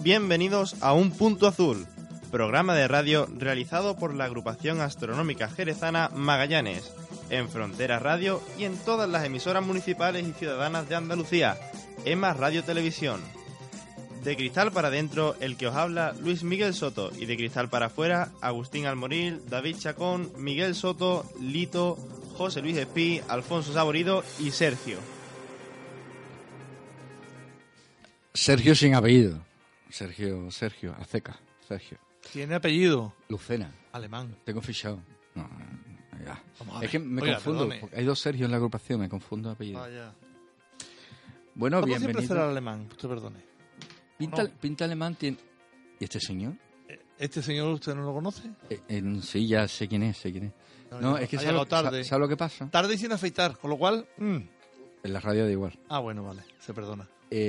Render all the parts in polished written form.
bienvenidos a Un Punto Azul, programa de radio realizado por la agrupación astronómica jerezana Magallanes, en Frontera Radio y en todas las emisoras municipales y ciudadanas de Andalucía, EMA Radio Televisión. De cristal para adentro, el que os habla, Luis Miguel Soto, y de cristal para afuera, Agustín Almoril, David Chacón, Miguel Soto, Lito, José Luis Espí, Alfonso Saborido y Sergio. Sergio sin apellido. Sergio, Aceca, Sergio. ¿Tiene apellido? Lucena. Alemán. Tengo fichado. No, ya. Es que me confundo, porque hay dos Sergio en la agrupación, me confundo de apellido. Vaya. Bueno, ¿Cómo bienvenido. siempre será alemán? Usted perdone. Pinta alemán tiene... ¿Y este señor? ¿Este señor usted no lo conoce? Sí, ya sé quién es, No, es que ¿sabe lo que pasa? Tarde y sin afeitar, con lo cual... En la radio da igual. Ah, bueno, vale, se perdona.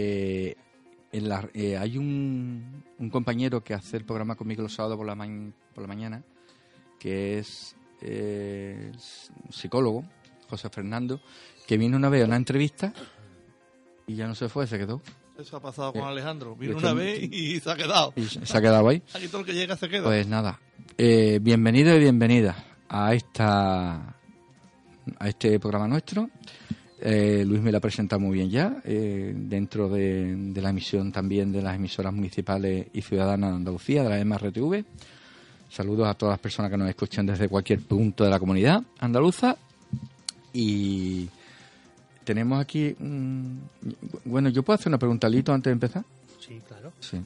Hay un compañero que hace el programa conmigo los sábados por la mañana, que es psicólogo, José Fernando, que vino una vez a una entrevista y ya no se fue, se quedó. Eso ha pasado con Alejandro. Vino una vez y se ha quedado. Y se ha quedado ahí. Aquí todo el que llega se queda. Pues nada, bienvenido y bienvenida a este programa nuestro. Luis me lo ha presentado muy bien ya, dentro de la emisión también de las emisoras municipales y ciudadanas de Andalucía, de la EMA-RTV. Saludos a todas las personas que nos escuchan desde cualquier punto de la comunidad andaluza. Y tenemos aquí... Bueno, ¿yo puedo hacer una pregunta, Lito, antes de empezar? Sí, claro. Sí.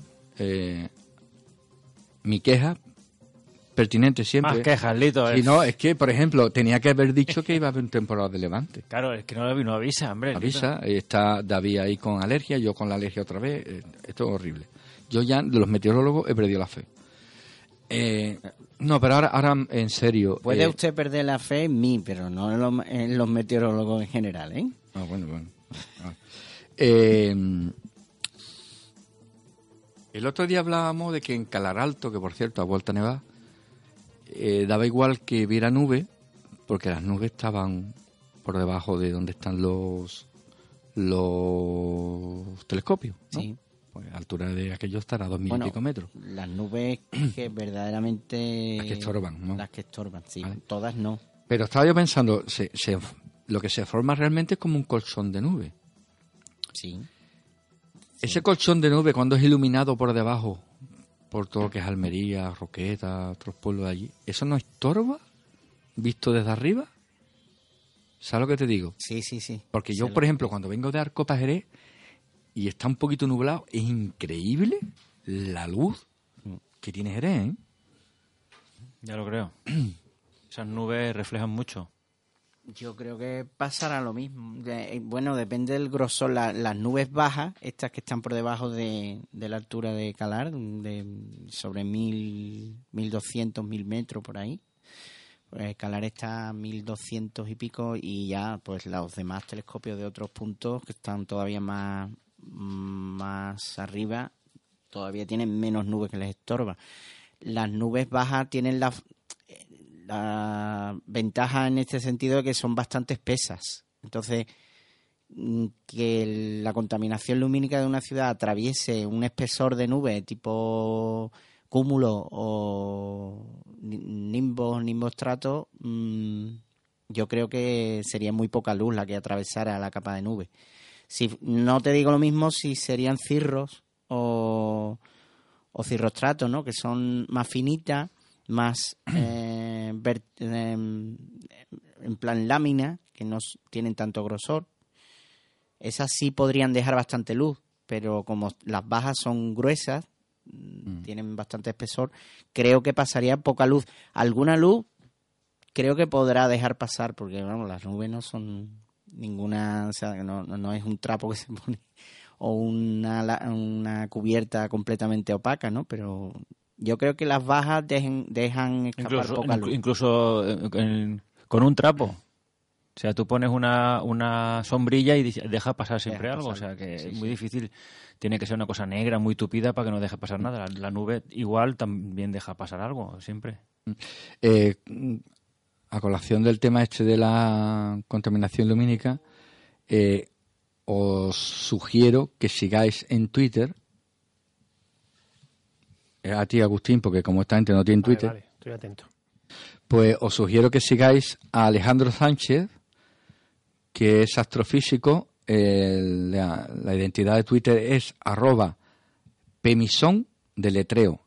Mi queja... pertinente siempre. Más quejas, Lito. Si no, es que, por ejemplo, tenía que haber dicho que iba a haber un temporada de Levante. Claro, es que no avisa, hombre. Avisa, está David ahí con alergia, yo con la alergia otra vez. Esto es horrible. Yo ya, de los meteorólogos, he perdido la fe. No, pero ahora en serio... Puede usted perder la fe en mí, pero no en los meteorólogos en general, ¿eh? Ah, bueno. El otro día hablábamos de que en Calaralto, que por cierto ha vuelto a nevar, daba igual que viera nube, porque las nubes estaban por debajo de donde están los telescopios, ¿no? Sí. Pues a altura de aquello estará a 2000 y pico metros. Las nubes que verdaderamente... Las que estorban, ¿no? Las que estorban, sí. Vale. Todas no. Pero estaba yo pensando, lo que se forma realmente es como un colchón de nube. Sí. Ese colchón de nube, cuando es iluminado por debajo, por todo lo que es Almería, Roqueta, otros pueblos de allí, ¿eso no estorba visto desde arriba? ¿Sabes lo que te digo? Sí. Porque yo, por ejemplo, cuando vengo de Arcopa Jerez y está un poquito nublado, es increíble la luz que tiene Jerez, ¿eh? Ya lo creo. Esas nubes reflejan mucho. Yo creo que pasará lo mismo. Bueno, depende del grosor. Las nubes bajas, estas que están por debajo de la altura de Calar, sobre 1.200, 1.000 metros por ahí. Pues Calar está a 1.200 y pico, y ya pues los demás telescopios de otros puntos que están todavía más arriba todavía tienen menos nubes que les estorba. Las nubes bajas tienen la ventaja en este sentido de que son bastante espesas. Entonces, que la contaminación lumínica de una ciudad atraviese un espesor de nube tipo cúmulo o nimbostrato, yo creo que sería muy poca luz la que atravesara la capa de nube. Si no te digo lo mismo si serían cirros o cirrostratos, ¿no? Que son más finitas, más en plan lámina, que no tienen tanto grosor. Esas sí podrían dejar bastante luz, pero como las bajas son gruesas, tienen bastante espesor, creo que pasaría poca luz. Alguna luz creo que podrá dejar pasar, porque vamos, las nubes no son ninguna, o sea, no es un trapo que se pone o una cubierta completamente opaca, ¿no? Pero yo creo que las bajas dejan escapar poca luz. Incluso con un trapo. O sea, tú pones una sombrilla y deja pasar siempre algo. O sea, que es muy difícil. Tiene que ser una cosa negra, muy tupida, para que no deje pasar nada. La nube igual también deja pasar algo, siempre. A colación del tema este de la contaminación lumínica, os sugiero que sigáis en Twitter a ti, Agustín, porque como esta gente no tiene Twitter, Vale, estoy atento. pues os sugiero que sigáis a Alejandro Sánchez, que es astrofísico. La identidad de Twitter es @pemison, deletreo,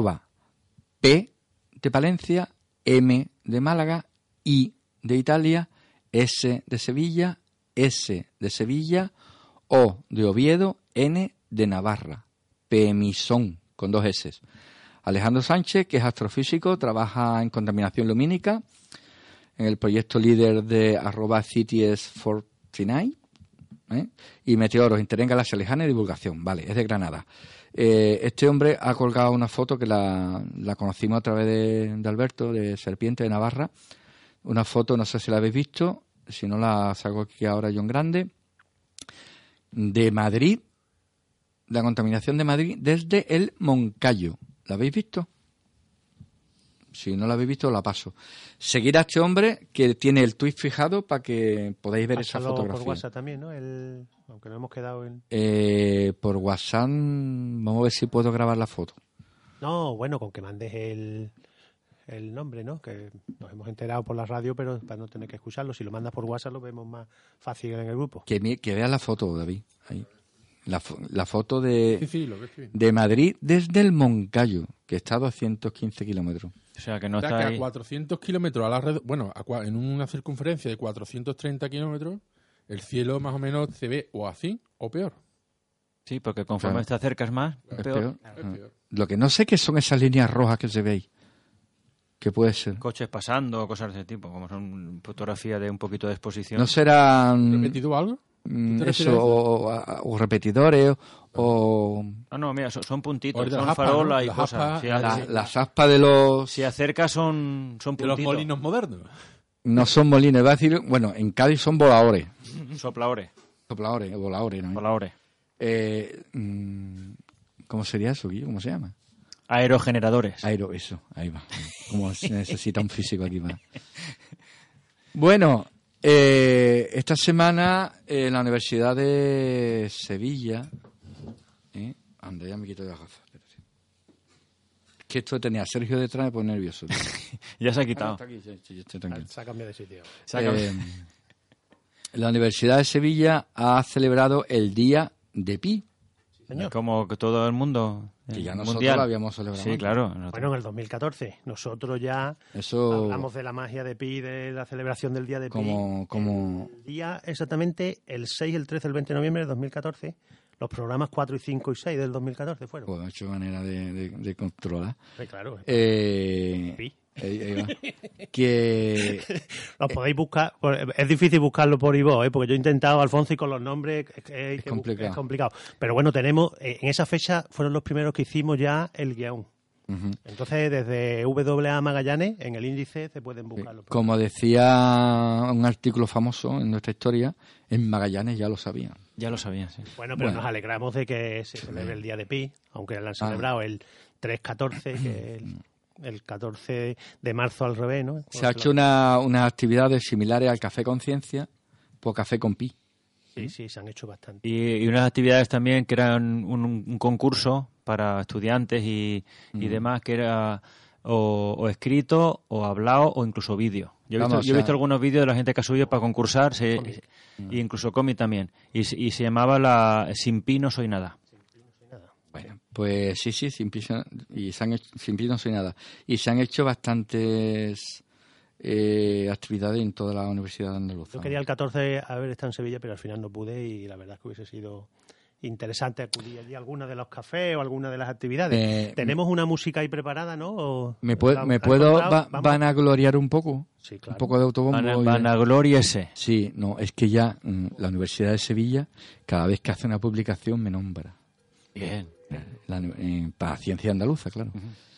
@p de Palencia, M de Málaga, I de Italia, S de Sevilla, S de Sevilla, O de Oviedo, N de Navarra. Pemison, con 2 S. Alejandro Sánchez, que es astrofísico, trabaja en contaminación lumínica, en el proyecto líder de @CITES49, y meteoros, interés en galaxias lejanas y divulgación. Vale, es de Granada. Este hombre ha colgado una foto que la conocimos a través de Alberto, de Serpiente de Navarra. Una foto, no sé si la habéis visto, si no la saco aquí ahora yo en grande, de Madrid, la contaminación de Madrid desde el Moncayo. ¿La habéis visto? Si no la habéis visto, la paso. Seguir a este hombre que tiene el tweet fijado para que podáis ver esa fotografía. Por WhatsApp también, ¿no? Aunque no hemos quedado en... Por WhatsApp, vamos a ver si puedo grabar la foto. No, bueno, con que mandes el nombre, ¿no? Que nos hemos enterado por la radio, pero para no tener que escucharlo. Si lo mandas por WhatsApp lo vemos más fácil en el grupo. Que veas la foto, David. Ahí. La foto de, Sí, lo que estoy viendo. de Madrid desde el Moncayo, que está a 215 kilómetros. O sea, que no O sea, está que ahí. a 400 kilómetros a la red, bueno, en una circunferencia de 430 kilómetros, el cielo más o menos se ve o así o peor. Sí, porque conforme Claro. te acercas más, Es peor. peor. Es peor. Lo que no sé qué son esas líneas rojas que se veis. ¿Qué puede ser? Coches pasando, cosas de ese tipo, como son fotografías de un poquito de exposición. ¿No serán ¿Repetido algo? ¿Te refieres a eso, eso? o repetidores o Ah, no, mira, son puntitos, O de son las aspas, farolas ¿no? y Las cosas. aspas, Si, las aspas de los... si acercas son De puntitos. los molinos modernos. No son molinos, iba a decir... Bueno, en Cádiz son voladores. Soplaores, Sopladores, voladores, ¿no? voladores. ¿Cómo sería eso, Guillo? ¿Cómo se llama? Aerogeneradores. Eso, ahí va. Como se necesita un físico aquí más. Bueno, esta semana en la Universidad de Sevilla... Anda, ya me quito de las gafas. Espérate. Es que esto tenía a Sergio detrás, me pone nervioso. Ya se ha quitado. Está aquí, yo estoy tranquilo. Sácame de sitio. La Universidad de Sevilla ha celebrado el Día de Pi, Señor. Como que todo el mundo. que ya el nosotros mundial. lo habíamos celebrado. Sí, antes. claro. Bueno, en el 2014. Nosotros ya Eso hablamos de la magia de Pi, de la celebración del Día de Pi. como El día exactamente el 6, el 13, el 20 de noviembre de 2014. Los programas 4 y 5 y 6 del 2014 fueron. pues, hecho manera de controlar. Sí, claro. Pi. Ahí va. Que Los podéis buscar. Es difícil buscarlo por iVoox, porque yo he intentado, Alfonso, y con los nombres es complicado. es complicado. Pero bueno, tenemos, en esa fecha fueron los primeros que hicimos ya el guión. Ujú. Entonces, desde WA Magallanes, en el índice se pueden buscar los como decía un artículo famoso en nuestra historia, en Magallanes ya lo sabían. Ya lo sabía, sí. Bueno, pero Bueno. nos alegramos de que se celebre el Día de Pi, aunque lo han celebrado el 3-14, que es el 14 de marzo al revés, ¿no? Se ha hecho unas actividades similares al Café Conciencia, pues Café con Pi. Sí, se han hecho bastante. Y unas actividades también que eran un concurso para estudiantes y demás, que era o escrito, o hablado, o incluso vídeo. Yo he visto algunos vídeos de la gente que ha subido para concursar, e incluso cómic también. Y se llamaba la Sin Pi no soy nada. Bueno, pues sí, sin Pi, sin Pi no soy nada. Y se han hecho bastantes actividades en toda la Universidad de Andalucía. Yo quería el 14 haber estado en Sevilla, pero al final no pude y la verdad es que hubiese sido interesante acudir allí a alguna de los cafés o alguna de las actividades. Tenemos una música ahí preparada, ¿no? ¿O ¿Me la puedo encontrado? Vamos. vanagloriar un poco? Sí, claro. Un poco de autobombo. Vanagloriese. Sí, no, es que ya la Universidad de Sevilla, cada vez que hace una publicación, me nombra. Bien. Para Ciencia Andaluza, claro.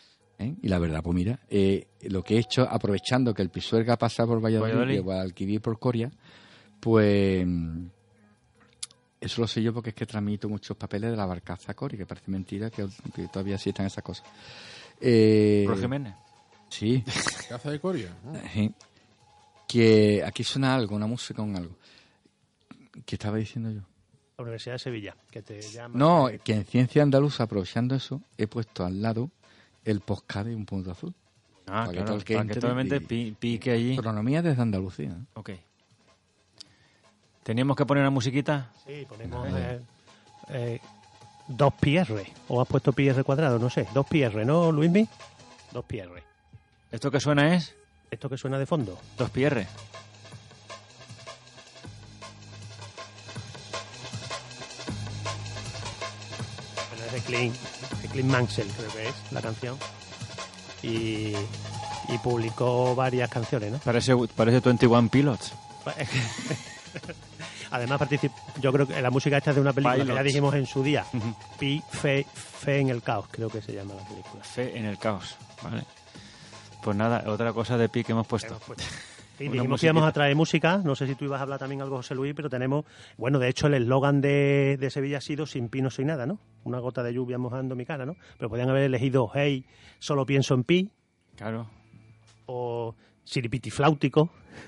Y la verdad, pues mira, lo que he hecho, aprovechando que el Pisuerga pasa por Valladolid y Guadalquivir por Coria, pues eso lo sé yo porque es que transmito muchos papeles de la barcaza Coria, que parece mentira que todavía existan esas cosas. Pro Jiménez. Sí. Caza de Coria. Que aquí suena algo, una música o un algo. ¿Qué estaba diciendo yo? La Universidad de Sevilla, que te llama. No, que en Ciencia Andaluza, aprovechando eso, he puesto al lado el podcast de Un Punto Azul. Ah, Para que claro, todo el que para que entre todo el mente pique allí. Astronomía desde Andalucía. Ok. ¿Teníamos que poner una musiquita? Sí, ponemos 2πr. ¿O has puesto πr cuadrado? No sé. 2πr, ¿no, Luismi? 2πr. ¿Esto que suena es? Esto que suena de fondo. 2πr. Bueno, es de Clint Mansell, creo que es la canción. Y publicó varias canciones, ¿no? Parece 21 Pilots. Además, yo creo que la música esta es de una película Pilots. que ya dijimos en su día. Ujú. Fe en el caos, creo que se llama la película. Fe en el caos. Vale. Pues nada, otra cosa de Pi que hemos puesto. Sí, Una dijimos que íbamos musiquita. a traer música. No sé si tú ibas a hablar también algo, José Luis, pero tenemos... Bueno, de hecho, el eslogan de Sevilla ha sido sin Pi no soy nada, ¿no? Una gota de lluvia mojando mi cara, ¿no? Pero podían haber elegido Hey, solo pienso en Pi, Claro. o Siripitifláutico.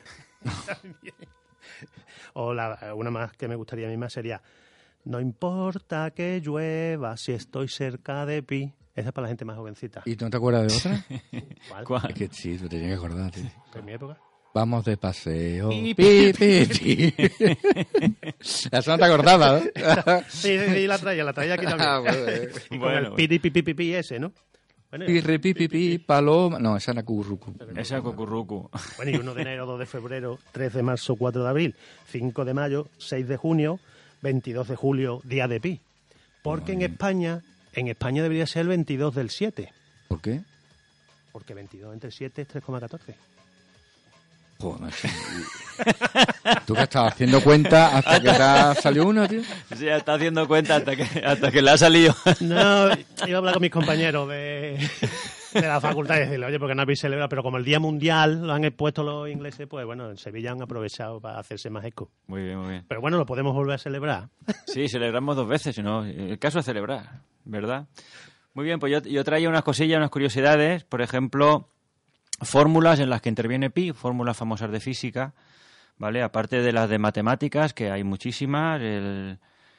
O una más que me gustaría a mí más sería no importa que llueva si estoy cerca de Pi. Esa es para la gente más jovencita. ¿Y tú no te acuerdas de otra? ¿Cuál? ¿Cuál? Es que sí, te tenía que acordar, tío. ¿En mi época? Vamos de paseo. Pi, Pi, pi, pi. Eso no te acordaba, ¿no? Sí, la traía aquí también. Ah, bueno, Y con Bueno, el pi ese, ¿no? Bueno, Pirri, pi, pi, pi, paloma. No, esa era Currucu. Esa Cucurrucu. bueno, y 1 de enero, 2 de febrero, 3 de marzo, 4 de abril, 5 de mayo, 6 de junio, 22 de julio, día de Pi. Porque en España debería ser el 22 del 7. ¿Por qué? Porque 22 entre 7 es 3,14. Joder, macho. ¿Tú que estabas haciendo cuenta hasta que te salió una, tío? Sí, ya está haciendo cuenta hasta que le ha salido. No, iba a hablar con mis compañeros de la facultad y decirle, oye, porque no habéis celebrado, pero como el Día Mundial lo han expuesto los ingleses, pues bueno, en Sevilla han aprovechado para hacerse más eco. Muy bien, muy bien. Pero bueno, lo podemos volver a celebrar. Sí, celebramos 2 veces, sino el caso es celebrar, ¿verdad? Muy bien, pues yo traía unas cosillas, unas curiosidades, por ejemplo, fórmulas en las que interviene Pi, fórmulas famosas de física, ¿vale? Aparte de las de matemáticas, que hay muchísimas, el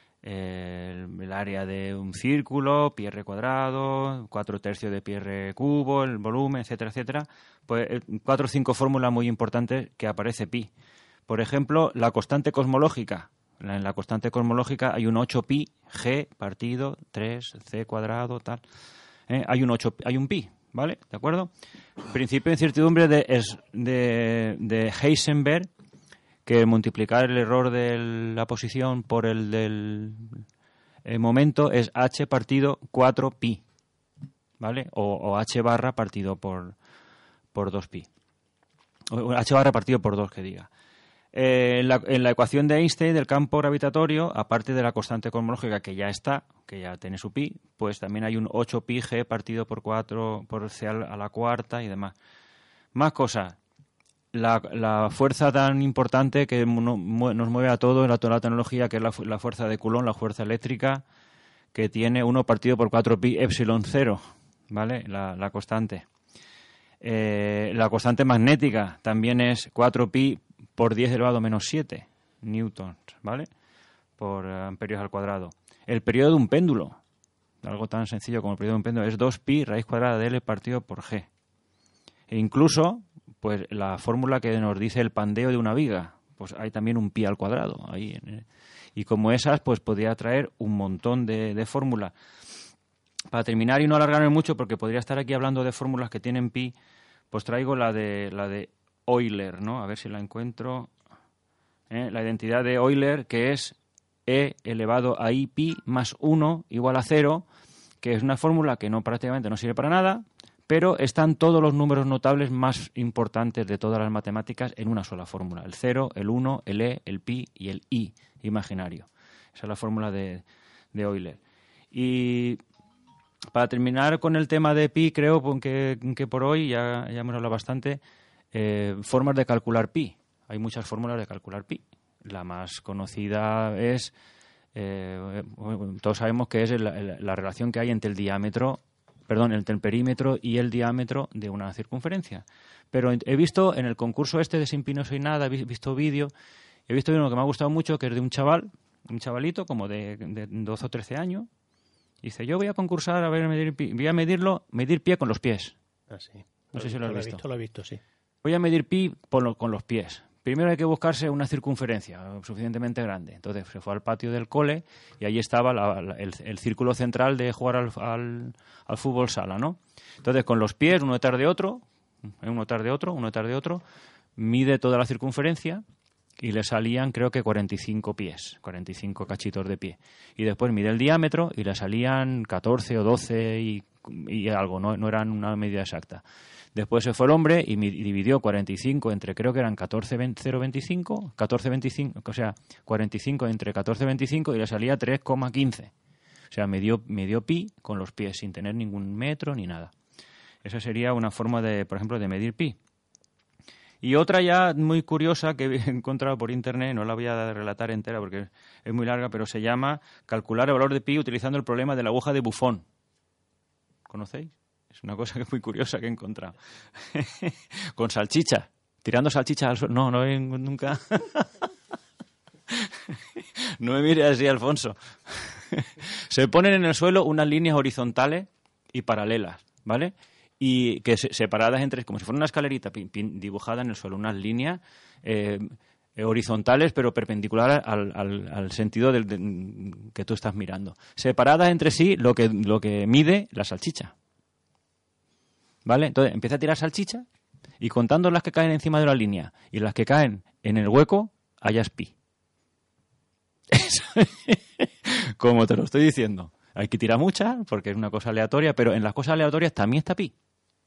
área de un círculo, pi r cuadrado, 4/3 de pi r cubo, el volumen, etcétera, etcétera, pues 4 o 5 fórmulas muy importantes que aparece Pi. Por ejemplo, la constante cosmológica. En la constante cosmológica hay un 8pi g partido 3c cuadrado, tal. Hay un pi, ¿vale? ¿De acuerdo? Principio de incertidumbre de Heisenberg, que multiplicar el error de la posición por el del momento es h partido 4pi, ¿vale? O h barra partido por 2pi. O h barra partido por 2, que diga. En la ecuación de Einstein del campo gravitatorio, aparte de la constante cosmológica que ya está, que ya tiene su pi, pues también hay un 8pi g partido por 4 por c a la cuarta y demás. Más cosas. La fuerza tan importante que nos mueve a todos en toda la tecnología, que es la fuerza de Coulomb, la fuerza eléctrica, que tiene 1 partido por 4pi epsilon 0, ¿vale? La constante. La constante magnética también es 4pi por 10 elevado menos 7 newtons, ¿vale? Por amperios al cuadrado. El periodo de un péndulo, algo tan sencillo como el periodo de un péndulo, es 2pi raíz cuadrada de L partido por G. E incluso, pues la fórmula que nos dice el pandeo de una viga, pues hay también un pi al cuadrado. Ahí, y como esas, pues podría traer un montón de fórmulas. Para terminar y no alargarme mucho, porque podría estar aquí hablando de fórmulas que tienen pi, pues traigo la de Euler, ¿no? A ver si la encuentro. La identidad de Euler, que es e elevado a i pi más 1 igual a 0, que es una fórmula que prácticamente no sirve para nada, pero están todos los números notables más importantes de todas las matemáticas en una sola fórmula. El 0, el 1, el e, el pi y el i imaginario. Esa es la fórmula de Euler. Y para terminar con el tema de pi, creo que por hoy ya hemos hablado bastante. Formas de calcular pi. Hay muchas fórmulas de calcular pi. La más conocida es, todos sabemos que es la relación que hay entre entre el perímetro y el diámetro de una circunferencia. Pero he visto en el concurso de Sin Pi no soy nada, he visto vídeo, he visto uno que me ha gustado mucho, que es de un chavalito como de 12 o 13 años, Dice, yo voy a concursar a ver voy a medir pie con los pies. Ah, sí. No sé si lo has visto. Lo he visto, sí. Voy a medir pi con los pies. Primero hay que buscarse una circunferencia suficientemente grande. Entonces se fue al patio del cole y allí estaba el círculo central de jugar al fútbol sala, ¿no? Entonces con los pies, uno detrás de otro, mide toda la circunferencia y le salían creo que 45 pies, 45 cachitos de pie. Y después mide el diámetro y le salían 14 o 12 y algo, no eran una medida exacta. Después se fue el hombre y dividió 45 entre, creo que eran 14,25, o sea, 45 entre 14,25 y le salía 3,15. O sea, midió pi con los pies sin tener ningún metro ni nada. Esa sería una forma de, por ejemplo, de medir pi. Y otra ya muy curiosa que he encontrado por internet, no la voy a relatar entera porque es muy larga, pero se llama calcular el valor de pi utilizando el problema de la aguja de Buffon. ¿Conocéis? Es una cosa que es muy curiosa que he encontrado. Con salchicha. Tirando salchicha al suelo. No nunca. No me mires así, Alfonso. Se ponen en el suelo unas líneas horizontales y paralelas, ¿vale? Y que separadas entre, como si fuera una escalerita dibujada en el suelo, unas líneas horizontales pero perpendiculares al sentido que tú estás mirando. Separadas entre sí lo que mide la salchicha. ¿Vale? Entonces empieza a tirar salchicha y contando las que caen encima de la línea y las que caen en el hueco, hallas pi. Eso, como te lo estoy diciendo. Hay que tirar muchas porque es una cosa aleatoria, pero en las cosas aleatorias también está pi.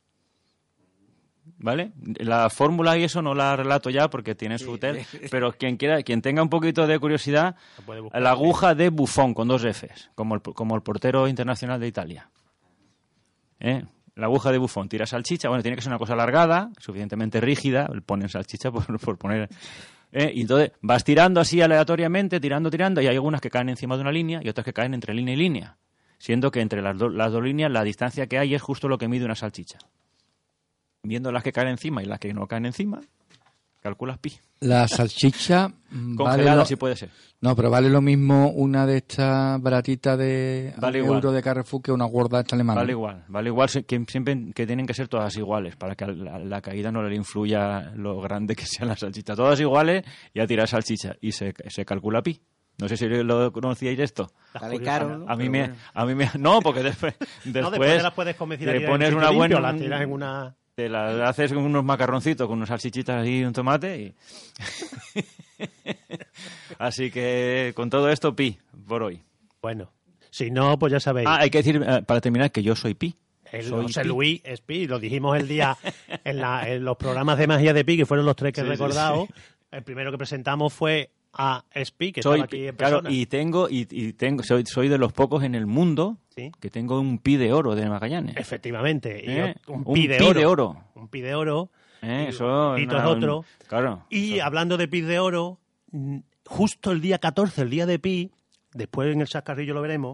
¿Vale? La fórmula y eso no la relato ya porque tiene su hotel, pero quien tenga un poquito de curiosidad, la aguja de Buffon con 2 Fs, como el portero internacional de Italia. La aguja de Buffon, tira salchicha, bueno, tiene que ser una cosa alargada, suficientemente rígida, ponen salchicha por poner... Y entonces vas tirando así aleatoriamente, tirando, y hay algunas que caen encima de una línea y otras que caen entre línea y línea, siendo que entre las dos líneas la distancia que hay es justo lo que mide una salchicha. Viendo las que caen encima y las que no caen encima, calculas pi. La salchicha congelada si puede ser. No, pero vale lo mismo una de estas baratitas de euro de Carrefour que una gorda esta alemana. Vale igual que siempre que tienen que ser todas iguales para que la caída no le influya lo grande que sean las salchichas. Todas iguales y a tirar salchicha y se calcula pi. No sé si lo conocíais esto. Sale caro, ¿no? A mí me no, porque después no, después te las puedes convencer le pones una buena, las tiras en una... Te las haces con unos macarroncitos, con unas salchichitas y un tomate y... Así que con todo esto, pi, por hoy. Bueno, si no, pues ya sabéis. Hay que decir, para terminar, que yo soy pi. José Luis es pi, lo dijimos el día en los programas de magia de pi, que fueron los 3 que he recordado. Sí. El primero que presentamos fue a Espi, que estaba aquí en persona. Claro, y tengo soy de los pocos en el mundo que tengo un pi de oro de Magallanes. Efectivamente, y un pi de oro. Un pi de oro. Eso es otro. Claro. Y hablando de pi de oro, justo el día 14, el día de pi, después en el chascarrillo lo veremos,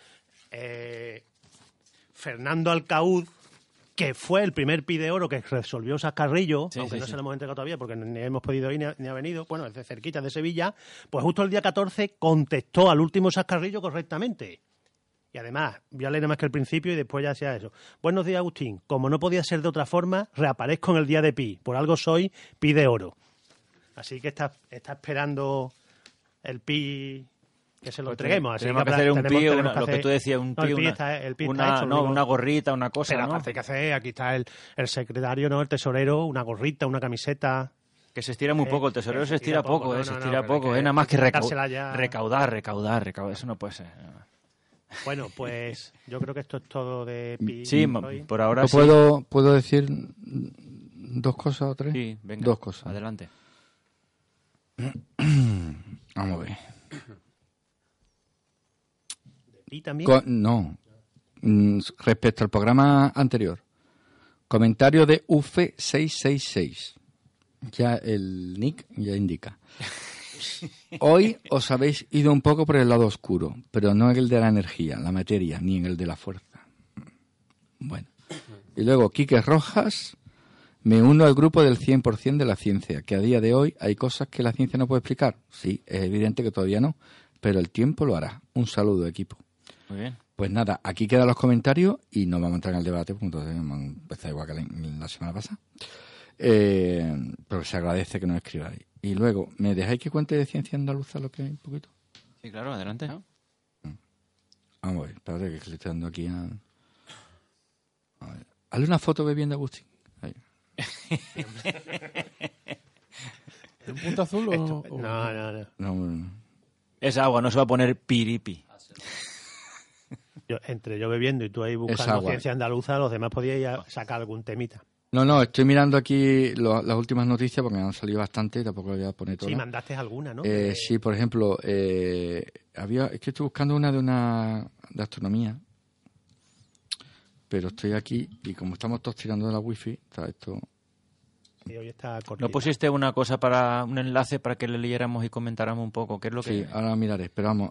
Fernando Alcaúd, que fue el primer pi de oro que resolvió Chascarrillo, aunque no se lo hemos entregado todavía porque ni hemos podido ir ni ha venido, bueno, desde cerquita de Sevilla, pues justo el día 14 contestó al último Chascarrillo correctamente. Y además, voy a leer más que el principio y después ya sea eso. Buenos días, Agustín. Como no podía ser de otra forma, reaparezco en el día de pi. Por algo soy pi de oro. Así que está esperando el pi... que se lo entreguemos. Así tenemos que hacer un pi, lo que tú decías, un pi, una gorrita, una cosa, pero ¿no? aparte hay que hacer, aquí está el secretario, ¿no? El tesorero, una gorrita, una camiseta. Que se estira muy poco, el tesorero se estira poco, se estira poco, nada más que recaudar, eso no puede ser. Bueno, pues yo creo que esto es todo de pi. Sí, por ahora sí. ¿Puedo decir 2 cosas o 3? Sí, venga. 2 cosas. Adelante. Vamos a ver. ¿Y también? No. Respecto al programa anterior. Comentario de UF666. Ya el nick ya indica. Hoy os habéis ido un poco por el lado oscuro, pero no en el de la energía, la materia, ni en el de la fuerza. Bueno. Y luego, Quique Rojas, me uno al grupo del 100% de la ciencia, que a día de hoy hay cosas que la ciencia no puede explicar. Sí, es evidente que todavía no, pero el tiempo lo hará. Un saludo, equipo. Muy bien. Pues nada, aquí quedan los comentarios y nos vamos a entrar en el debate, porque entonces hemos empezado igual que la semana pasada. Pero se agradece que nos escribáis. Y luego, ¿me dejáis que cuente de ciencia andaluza lo que hay un poquito? Sí, claro, adelante. Vamos a ver, espérate que le estoy dando aquí a ver. Hazle una foto bebiendo Agustín. Ahí. ¿Es un punto azul o...? No. Es agua, no se va a poner piripi. Entre yo bebiendo y tú ahí Es buscando agua. ciencia andaluza, los demás podíais sacar algún temita. No, estoy mirando aquí las últimas noticias porque me han salido bastante y tampoco lo voy a poner todas. Sí, mandaste alguna, ¿no? Sí, por ejemplo, es que estoy buscando una de astronomía, pero estoy aquí y como estamos todos tirando de la wifi, está esto... Sí, hoy está cortita. ¿No pusiste una cosa un enlace para que le leyéramos y comentáramos un poco? ¿Qué es lo que...? Sí, ahora miraré, pero vamos,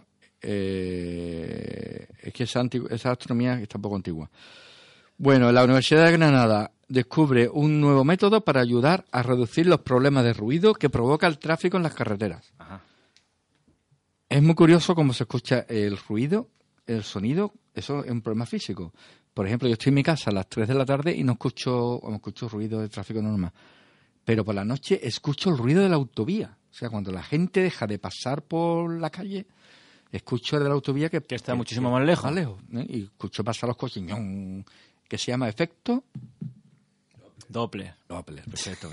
es que esa astronomía está un poco antigua. Bueno, la Universidad de Granada descubre un nuevo método para ayudar a reducir los problemas de ruido que provoca el tráfico en las carreteras. Ajá. Es muy curioso cómo se escucha el ruido, el sonido, eso es un problema físico. Por ejemplo, yo estoy en mi casa a las 3 de la tarde y no escucho ruido de tráfico normal. Pero por la noche escucho el ruido de la autovía. O sea, cuando la gente deja de pasar por la calle, escucho de la autovía que está muchísimo más lejos. Y escucho pasar los coches, que se llama efecto Doppler. perfecto.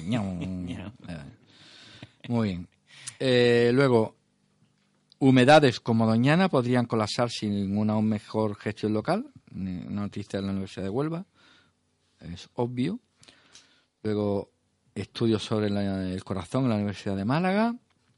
Muy bien. Luego, humedades como Doñana podrían colapsar sin una mejor gestión local. Una noticia de la Universidad de Huelva. Es obvio. Luego, estudios sobre el corazón en la Universidad de Málaga.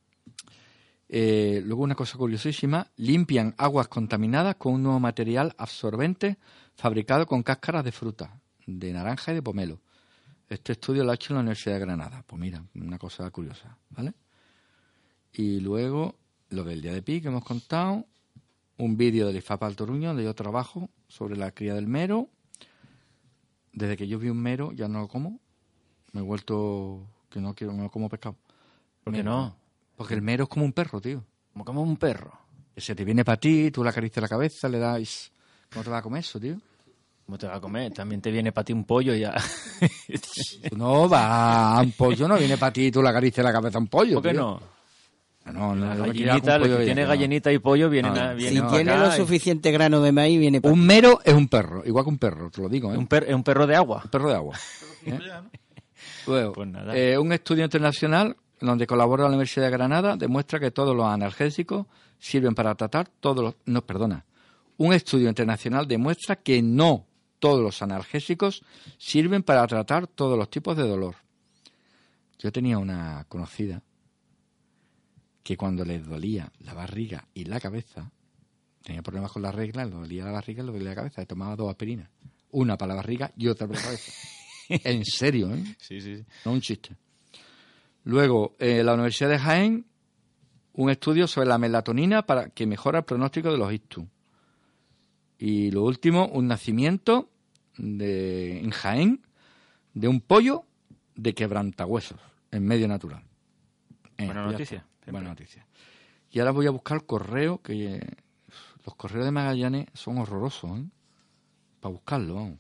Luego, una cosa curiosísima. Limpian aguas contaminadas con un nuevo material absorbente fabricado con cáscaras de fruta, de naranja y de pomelo. Este estudio lo ha hecho en la Universidad de Granada. Pues mira, una cosa curiosa, ¿vale? Y luego, lo del día de Pi que hemos contado, un vídeo del IFAP Alto Ruño, donde yo trabajo, sobre la cría del mero. Desde que yo vi un mero, ya no lo como. Me he vuelto que no como pescado. ¿Por qué no? Porque el mero es como un perro, tío. Como un perro. Que se te viene para ti, tú le acaricias la cabeza, le das... ¿Cómo te vas a comer eso, tío? ¿Cómo te va a comer? También te viene para ti un pollo ya. No, un pollo no viene para ti, tú le acaricias la cabeza a un pollo, ¿Por qué tío. no? Gallinita, Si tiene gallinita y pollo, vienen Si tiene lo suficiente grano de maíz, viene para un mero es un perro, igual que un perro, te lo digo. Es un perro de agua. Un perro de agua. Luego, Pues nada. Un estudio internacional donde colabora la Universidad de Granada demuestra que todos los analgésicos sirven para tratar Un estudio internacional demuestra que no todos los analgésicos sirven para tratar todos los tipos de dolor. Yo tenía una conocida que cuando le dolía la barriga y la cabeza, tenía problemas con la regla, le dolía la barriga y le dolía la cabeza, le tomaba 2 aspirinas. Una para la barriga y otra para la cabeza. En serio, ¿eh? Sí. No un chiste. Luego, la Universidad de Jaén, un estudio sobre la melatonina para que mejora el pronóstico de los ictus. Y lo último, un nacimiento en Jaén de un pollo de quebrantahuesos en medio natural. Buena noticia. Buena noticia. Y ahora voy a buscar el correo, que los correos de Magallanes son horrorosos, ¿eh? Para buscarlo, vamos.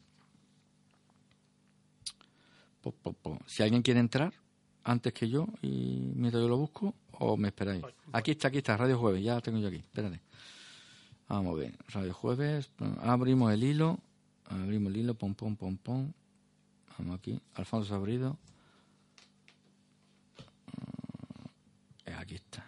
Si alguien quiere entrar antes que yo y mientras yo lo busco, o me esperáis. Aquí está, Radio Jueves, ya lo tengo yo aquí, espérate. Vamos a ver, Radio Jueves, abrimos el hilo, pom. Vamos aquí, Alfonso Sabrido. Aquí está.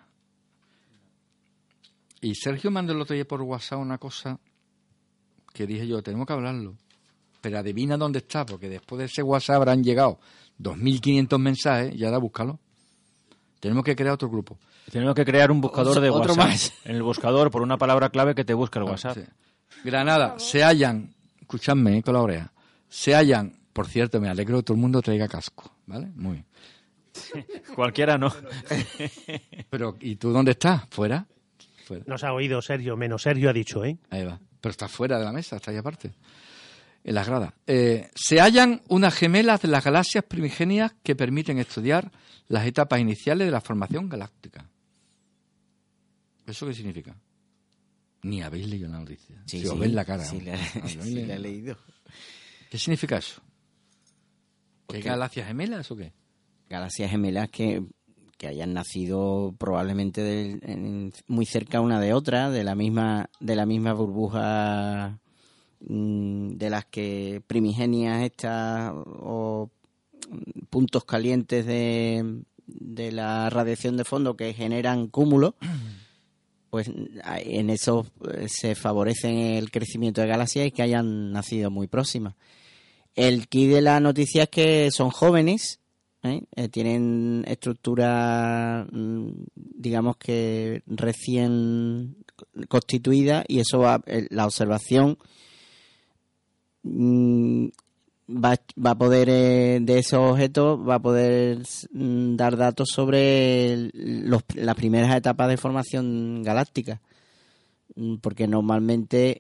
Y Sergio mandó el otro día por WhatsApp una cosa que dije yo, tenemos que hablarlo. Pero adivina dónde está, porque después de ese WhatsApp habrán llegado 2.500 mensajes y ahora búscalo. Tenemos que crear otro grupo. Tenemos que crear un buscador de otro WhatsApp. más. En el buscador, por una palabra clave que te busque el WhatsApp. Sí. Granada, se hallan, escuchadme con la oreja, se hallan, por cierto, me alegro que todo el mundo traiga casco, ¿vale? Muy bien. Cualquiera no. Pero, ¿y tú dónde estás? ¿Fuera? No se ha oído Sergio, menos Sergio ha dicho, ¿eh? Ahí va. Pero está fuera de la mesa, está ahí aparte. En las gradas. Se hallan unas gemelas de las galaxias primigenias que permiten estudiar las etapas iniciales de la formación galáctica. ¿Eso qué significa? Ni habéis leído la noticia. Sí, si os sí, ven la cara. sí, la he leído. ¿Qué significa eso? ¿Que hay galaxias gemelas o qué? Galaxias gemelas que hayan nacido probablemente muy cerca una de otra, de la misma burbuja de las que primigenias estas o puntos calientes de la radiación de fondo que generan cúmulos, pues en eso se favorece el crecimiento de galaxias y que hayan nacido muy próximas. El key de la noticia es que son jóvenes, tienen estructura, digamos que recién constituida, y eso la observación va a poder de esos objetos va a poder dar datos sobre las primeras etapas de formación galáctica, porque normalmente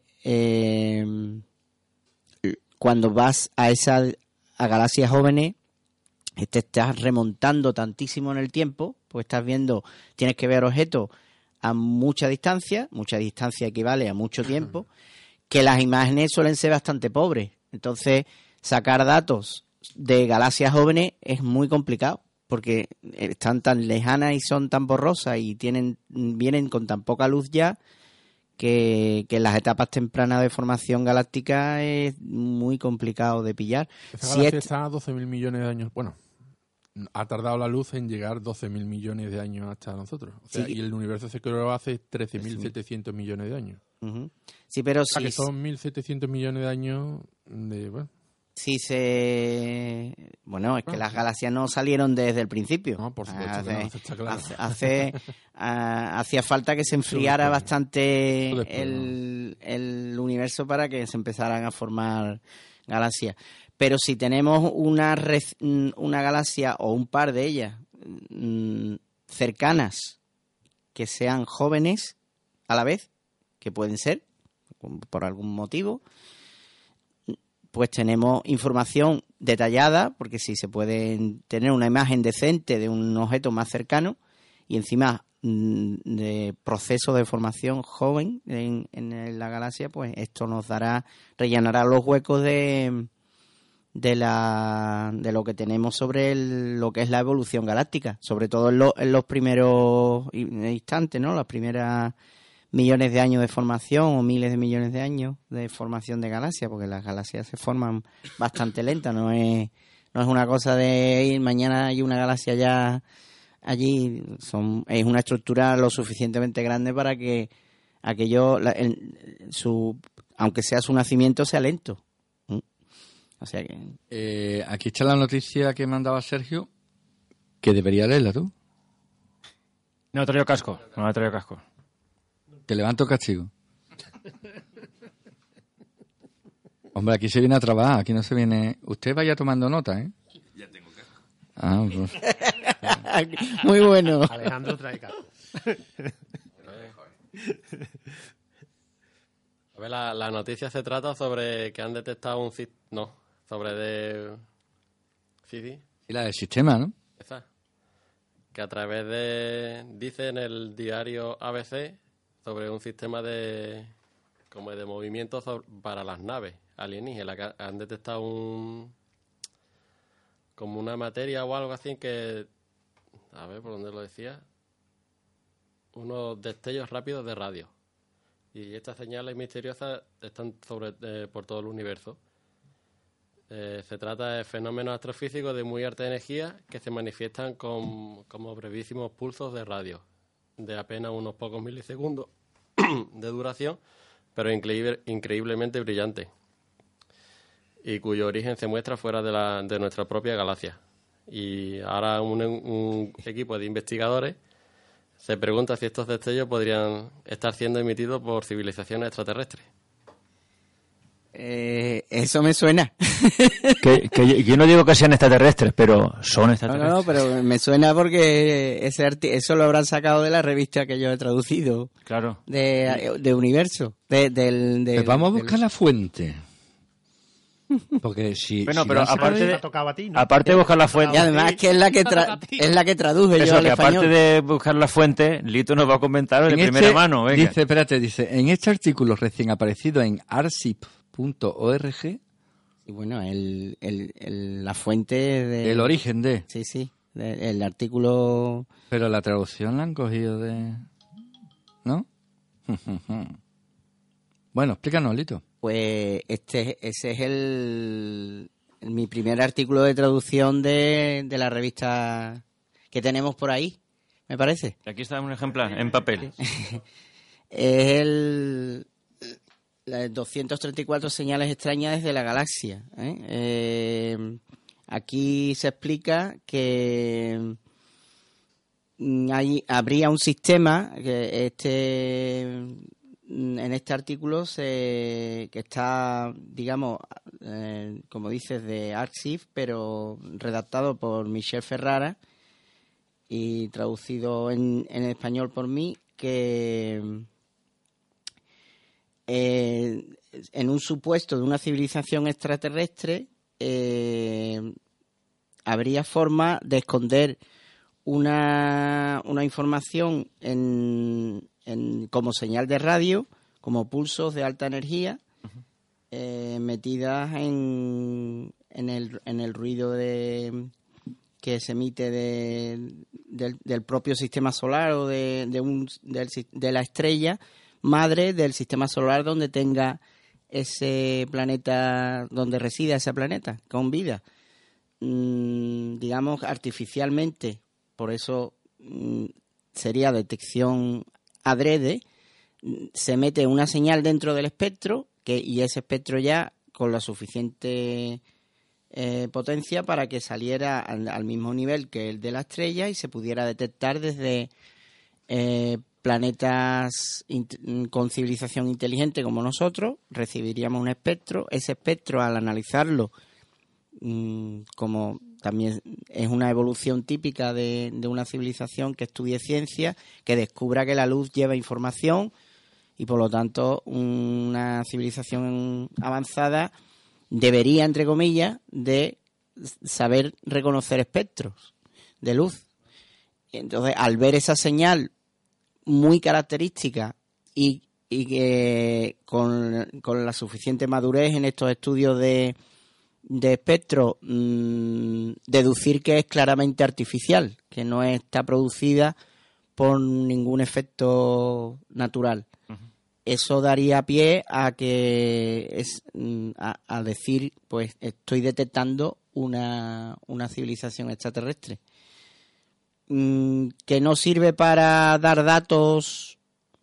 cuando vas a galaxias jóvenes te estás remontando tantísimo en el tiempo, pues tienes que ver objetos a mucha distancia equivale a mucho tiempo, que las imágenes suelen ser bastante pobres. Entonces, sacar datos de galaxias jóvenes es muy complicado, porque están tan lejanas y son tan borrosas y vienen con tan poca luz ya, que en las etapas tempranas de formación galáctica es muy complicado de pillar. Esa galaxia está a 12.000 millones de años. Bueno, ha tardado la luz en llegar 12.000 millones de años hasta nosotros. O sea, sí. Y el universo se creó hace 13.700 millones de años. Uh-huh. Sí, pero sí. Que son 1.700 millones de años de... Bueno. Sí, Bueno, es que las galaxias no salieron desde el principio. No, por supuesto que no, está claro. Hacía falta que se enfriara bastante el universo para que se empezaran a formar galaxias. Pero si tenemos una galaxia o un par de ellas cercanas, que sean jóvenes a la vez, que pueden ser, por algún motivo, pues tenemos información detallada, porque si se puede tener una imagen decente de un objeto más cercano y encima de proceso de formación joven en la galaxia, pues esto nos rellenará los huecos de lo que tenemos sobre lo que es la evolución galáctica, sobre todo en los primeros instantes, ¿no? Las primeras millones de años de formación o miles de millones de años de formación de galaxias, porque las galaxias se forman bastante lentas, no es una cosa de ir mañana hay una galaxia ya allí, es una estructura lo suficientemente grande para que aquello, aunque sea su nacimiento, sea lento. O sea que... aquí está la noticia que mandaba Sergio, que debería leerla tú. No he traído casco. Te levanto castigo. Hombre, aquí se viene a trabajar, aquí no se viene... Usted vaya tomando nota, ¿eh? Ya tengo casco. Ah, pues... Muy bueno. Alejandro trae casco. A ver, la noticia se trata sobre que han detectado Sí, la del sistema, ¿no? Esa. Que a través dice en el diario ABC sobre un sistema de movimiento para las naves alienígenas, que han detectado como una materia o algo así que, a ver por dónde lo decía, unos destellos rápidos de radio. Y estas señales misteriosas están por todo el universo. Se trata de fenómenos astrofísicos de muy alta energía que se manifiestan como brevísimos pulsos de radio, de apenas unos pocos milisegundos de duración, pero increíblemente brillante, y cuyo origen se muestra fuera de nuestra propia galaxia. Y ahora un equipo de investigadores se pregunta si estos destellos podrían estar siendo emitidos por civilizaciones extraterrestres. Eso me suena. que yo no digo que sean extraterrestres, pero son extraterrestres. No, pero me suena porque eso lo habrán sacado de la revista que yo he traducido. Claro. De Universo. Vamos a buscar la fuente. Porque si... Bueno, si pero no se aparte puede- Te de- ha tocado a ti, ¿no? Aparte de buscar la fuente... Y además que es la que es la que traduje yo Eso, al que aparte español. de buscar la fuente, Lito nos va a comentar de En primera este- mano. Venga. Dice, espérate, dice, en este artículo recién aparecido en arsip.org, Y bueno, la fuente de... el origen de... Sí, sí, el artículo... Pero la traducción la han cogido de... ¿No? Bueno, explícanos, Lito. Pues ese es mi primer artículo de traducción de la revista que tenemos por ahí, me parece. Aquí está un ejemplar, en papel. Es las 234 señales extrañas desde la galaxia. Aquí se explica que habría un sistema que en este artículo que está, digamos, como dices, de Arxiv, pero redactado por Michel Ferrara y traducido en español por mí, que en un supuesto de una civilización extraterrestre habría forma de esconder una información como señal de radio, como pulsos de alta energía, metidas en el ruido que se emite del propio sistema solar o de la estrella madre del sistema solar donde tenga ese planeta, donde resida ese planeta con vida, digamos artificialmente. Por eso sería detección adrede. Se mete una señal dentro del espectro y ese espectro ya con la suficiente potencia para que saliera al mismo nivel que el de la estrella y se pudiera detectar desde planetas con civilización inteligente como nosotros. Recibiríamos un espectro. Ese espectro, al analizarlo, como también es una evolución típica de una civilización que estudie ciencia, que descubra que la luz lleva información y por lo tanto una civilización avanzada debería, entre comillas, de saber reconocer espectros de luz. Entonces, al ver esa señal muy característica y que con la suficiente madurez en estos estudios de espectro, deducir que es claramente artificial, que no está producida por ningún efecto natural. Eso daría pie a a decir, pues estoy detectando una civilización extraterrestre. Que no sirve para dar datos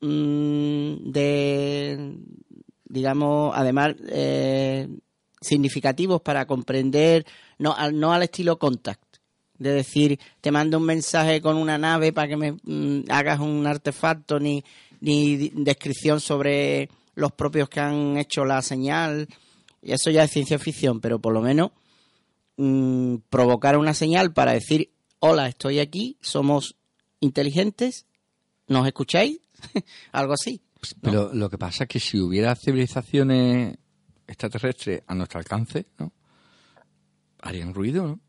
digamos, además significativos para comprender, no al estilo Contact, de decir, te mando un mensaje con una nave para que me hagas un artefacto, ni descripción sobre los propios que han hecho la señal. Y eso ya es ciencia ficción, pero por lo menos provocar una señal para decir, hola, estoy aquí, somos inteligentes, ¿nos escucháis? Algo así. Pero lo que pasa es que si hubiera civilizaciones extraterrestres a nuestro alcance, ¿no? Harían ruido, ¿no?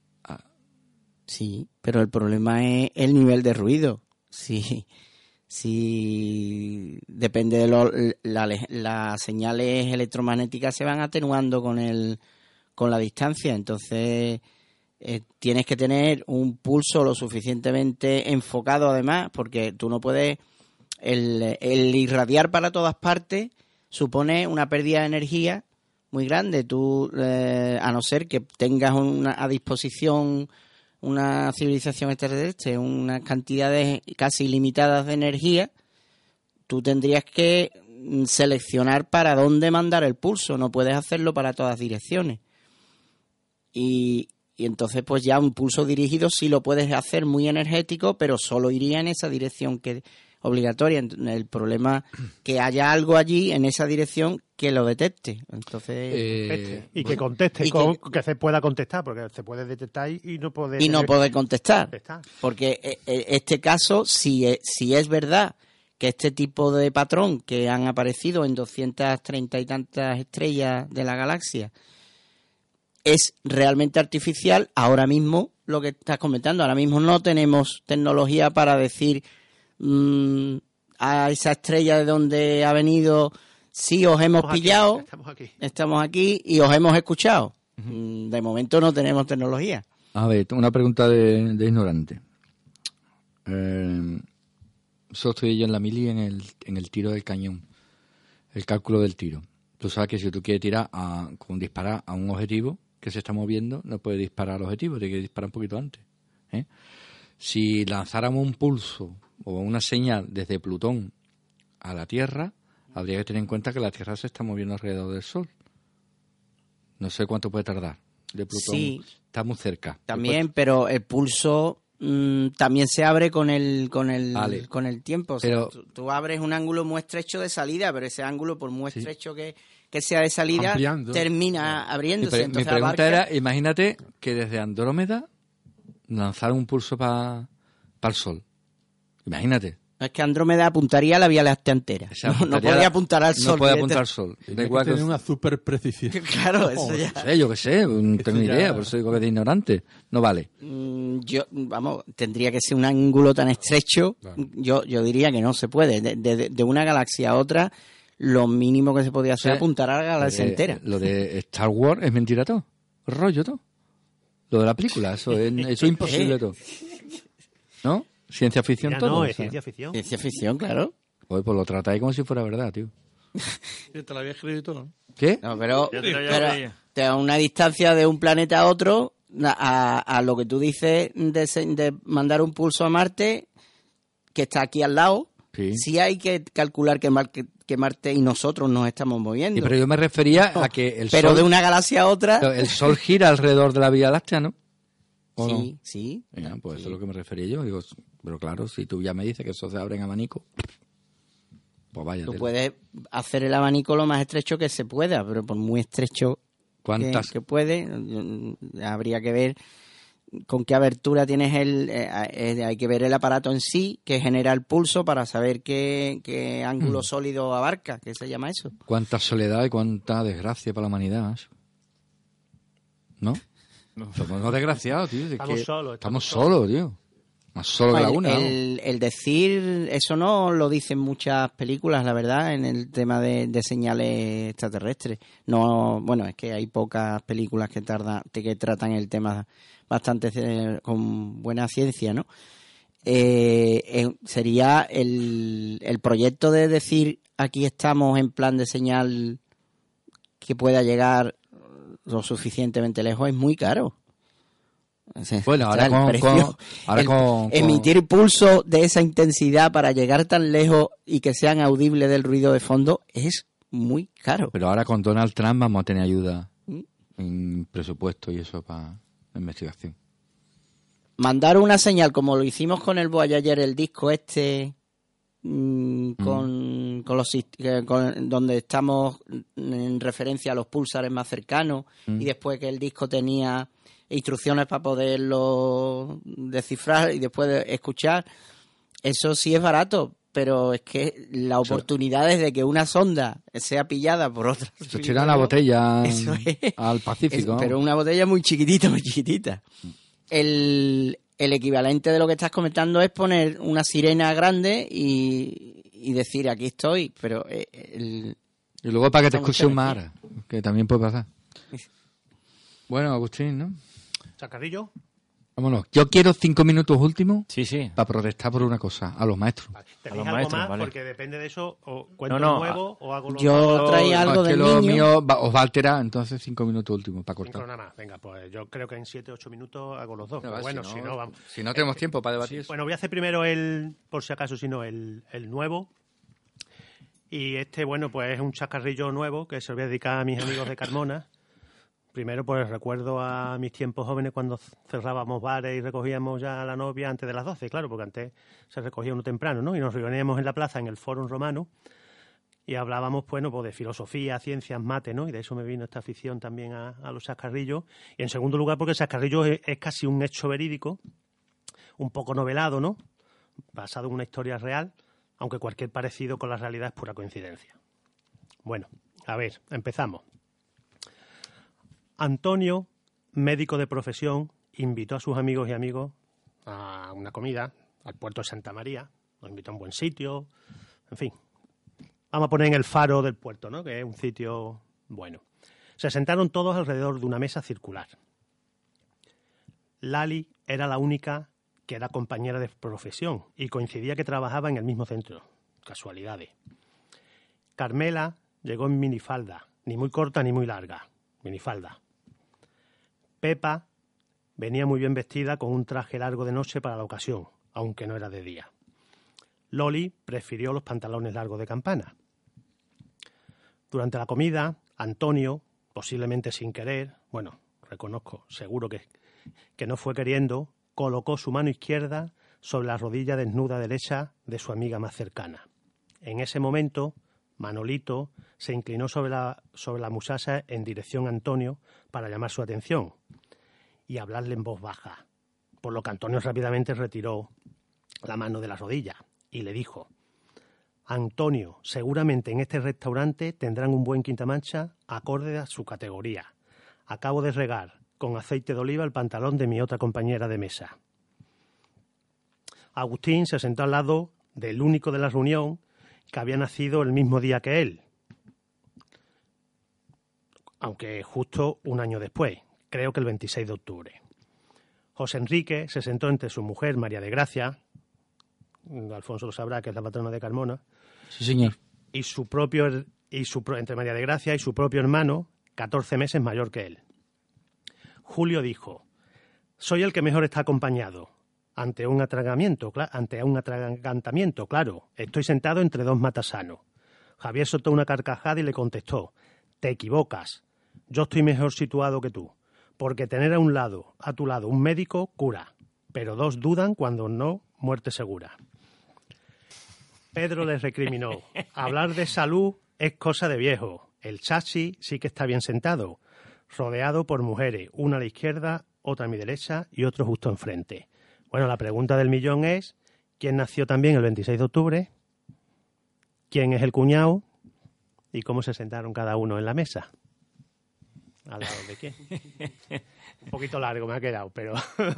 Sí, pero el problema es el nivel de ruido. Si depende de las señales electromagnéticas se van atenuando con la distancia, entonces tienes que tener un pulso lo suficientemente enfocado, además, porque tú no puedes el irradiar para todas partes supone una pérdida de energía muy grande. Tú, a no ser que tengas a disposición una civilización extraterrestre, unas cantidades casi ilimitadas de energía, tú tendrías que seleccionar para dónde mandar el pulso. No puedes hacerlo para todas direcciones. Y entonces, pues ya un pulso dirigido sí lo puedes hacer muy energético, pero solo iría en esa dirección que obligatoria. El problema que haya algo allí en esa dirección que lo detecte. Entonces y que conteste, que se pueda contestar, porque se puede detectar y no puede contestar. Porque este caso, si es verdad que este tipo de patrón que han aparecido en 230 y tantas estrellas de la galaxia es realmente artificial. Ahora mismo, lo que estás comentando, ahora mismo no tenemos tecnología para decir a esa estrella de donde ha venido, sí, os hemos pillado, estamos aquí y os hemos escuchado. De momento no tenemos tecnología. A ver, una pregunta de ignorante. Eso estoy yo en la mili en el tiro del cañón, el cálculo del tiro. Tú sabes que si tú quieres tirar con disparar a un objetivo que se está moviendo, no puedes disparar al objetivo, tienes que disparar un poquito antes. Si lanzáramos un pulso o una señal desde Plutón a la Tierra, habría que tener en cuenta que la Tierra se está moviendo alrededor del Sol. No sé cuánto puede tardar. De Plutón Sí, está muy cerca. también, pero el pulso también se abre con el Vale. con el tiempo. O sea, Pero- tú abres un ángulo muy estrecho de salida, pero ese ángulo, por muy estrecho que sea de salida, Ampliando. termina abriéndose. Mi Entonces pregunta abarca- era, imagínate que desde Andrómeda lanzar un pulso para el Sol. Imagínate. Es que Andrómeda apuntaría a la Vía Láctea entera. O sea, No apuntaría podría la- apuntar al Sol. No puede directo. apuntar al Sol. Da Tiene igual que que tener una super precisión. Claro, eso ya. No sé, yo qué sé, no tengo ni ya- idea, por eso digo que es de ignorante. No vale. Tendría que ser un ángulo tan estrecho. Claro. Yo diría que no se puede. De una galaxia a otra, lo mínimo que se podía hacer es apuntar a la galaxia entera. Lo de Star Wars es mentira todo. Rollo todo. Lo de la película, eso es imposible todo. ¿No? Ciencia ficción Mira, todo. no, o es sea. ciencia ficción. Ciencia ficción, claro. Pues lo tratáis como si fuera verdad, tío. Te la había escrito y todo, ¿no? ¿Qué? No, pero, Ya te lo había pero creído. a una distancia de un planeta a otro, a lo que tú dices de mandar un pulso a Marte, que está aquí al lado, Sí. sí hay que calcular que Marte y nosotros nos estamos moviendo. Sí, pero yo me refería a que el Pero Sol, de una galaxia a otra... el Sol gira alrededor de la Vía Láctea, ¿no? ¿O no? Sí, sí. Ya, pues eso es lo que me refería yo. Digo, pero claro, si tú ya me dices que eso se abre en abanico, pues vaya. Tú puedes hacer el abanico lo más estrecho que se pueda, pero por muy estrecho ¿Cuántas? que puede, habría que ver con qué abertura tienes hay que ver el aparato en sí que genera el pulso para saber qué ángulo sólido abarca, ¿qué se llama eso? Cuánta soledad y cuánta desgracia para la humanidad, macho. ¿No? Somos unos desgraciados, tío. Estamos solos, Estamos solos, tío. Más solo que la una. vamos. El decir eso no lo dicen muchas películas, la verdad, en el tema de señales extraterrestres. No, bueno, es que hay pocas películas que tratan el tema bastante con buena ciencia, ¿no? Sería el proyecto de decir aquí estamos en plan de señal que pueda llegar lo suficientemente lejos es muy caro. O sea, Bueno, ahora el precio, emitir pulso de esa intensidad para llegar tan lejos y que sean audibles del ruido de fondo es muy caro. Pero ahora con Donald Trump vamos a tener ayuda en presupuesto y eso para la investigación. Mandar una señal como lo hicimos con el Voyager, el disco donde estamos en referencia a los púlsares más cercanos y después que el disco tenía instrucciones para poderlo descifrar y después de escuchar, eso sí es barato, pero es que la oportunidad es de que una sonda sea pillada por otra. Se tira la botella Eso es. al Pacífico. Pero una botella muy chiquitita, muy chiquitita. El equivalente de lo que estás comentando es poner una sirena grande y decir aquí estoy, pero Y luego para que te escuche un mar, que también puede pasar. Bueno, Agustín, ¿no? ¿Chacarrillo? Vámonos. Yo quiero 5 minutos últimos Sí, sí. para protestar por una cosa, a los maestros. ¿Tenéis los algo maestros, más? vale. Porque depende de eso, o cuento No, nuevo o hago lo yo traía algo es que del lo niño. mío os va a alterar, entonces 5 minutos últimos para Cinco cortar. nada más. Venga, pues yo creo que en 7-8 minutos hago los dos. No, Pero vale, bueno, si no, vamos. Si no tenemos tiempo para debatir eso. Bueno, voy a hacer primero por si acaso, si no, el nuevo. Y bueno, pues es un chacarrillo nuevo que se lo voy a dedicar a mis amigos de Carmona. Primero, pues recuerdo a mis tiempos jóvenes cuando cerrábamos bares y recogíamos ya a la novia antes de las 12, claro, porque antes se recogía uno temprano, ¿no? Y nos reuníamos en la plaza, en el Fórum Romano, y hablábamos, bueno, pues de filosofía, ciencias, mate, ¿no? Y de eso me vino esta afición también a los chascarrillos. Y en segundo lugar, porque el chascarrillo es casi un hecho verídico, un poco novelado, ¿no? Basado en una historia real, aunque cualquier parecido con la realidad es pura coincidencia. Bueno, a ver, empezamos. Antonio médico de profesión, invitó a sus amigos y amigos a una comida al puerto de Santa María. Nos invitó a un buen sitio, en fin. Vamos a poner en el faro del puerto, ¿no? Que es un sitio bueno. Se sentaron todos alrededor de una mesa circular. Lali era la única que era compañera de profesión y coincidía que trabajaba en el mismo centro. Casualidades. Carmela llegó en minifalda, ni muy corta ni muy larga, minifalda. Pepa venía muy bien vestida con un traje largo de noche para la ocasión, aunque no era de día. Loli prefirió los pantalones largos de campana. Durante la comida, Antonio, posiblemente sin querer, bueno, reconozco, seguro que no fue queriendo, colocó su mano izquierda sobre la rodilla desnuda derecha de su amiga más cercana. En ese momento, Manolito se inclinó sobre la muchacha en dirección a Antonio para llamar su atención y hablarle en voz baja, por lo que Antonio rápidamente retiró la mano de la rodilla y le dijo: Antonio, seguramente en este restaurante tendrán un buen quintamancha acorde a su categoría. Acabo de regar con aceite de oliva el pantalón de mi otra compañera de mesa. Agustín se sentó al lado del único de la reunión que había nacido el mismo día que él, aunque justo un año después, creo que el 26 de octubre. José Enrique se sentó entre su mujer, María de Gracia, Alfonso lo sabrá, que es la patrona de Carmona, Sí, señor. entre María de Gracia y su propio hermano, 14 meses mayor que él. Julio dijo: soy el que mejor está acompañado. Ante un atragantamiento, claro. Estoy sentado entre dos matasanos. Javier soltó una carcajada y le contestó: te equivocas. Yo estoy mejor situado que tú, porque tener a tu lado un médico cura, pero dos dudan cuando no, muerte segura. Pedro les recriminó: hablar de salud es cosa de viejo. El chachi sí que está bien sentado, rodeado por mujeres, una a la izquierda, otra a mi derecha y otro justo enfrente. Bueno, la pregunta del millón es: ¿quién nació también el 26 de octubre? ¿Quién es el cuñado? ¿Y cómo se sentaron cada uno en la mesa? ¿Al lado de quién? Un poquito largo me ha quedado, pero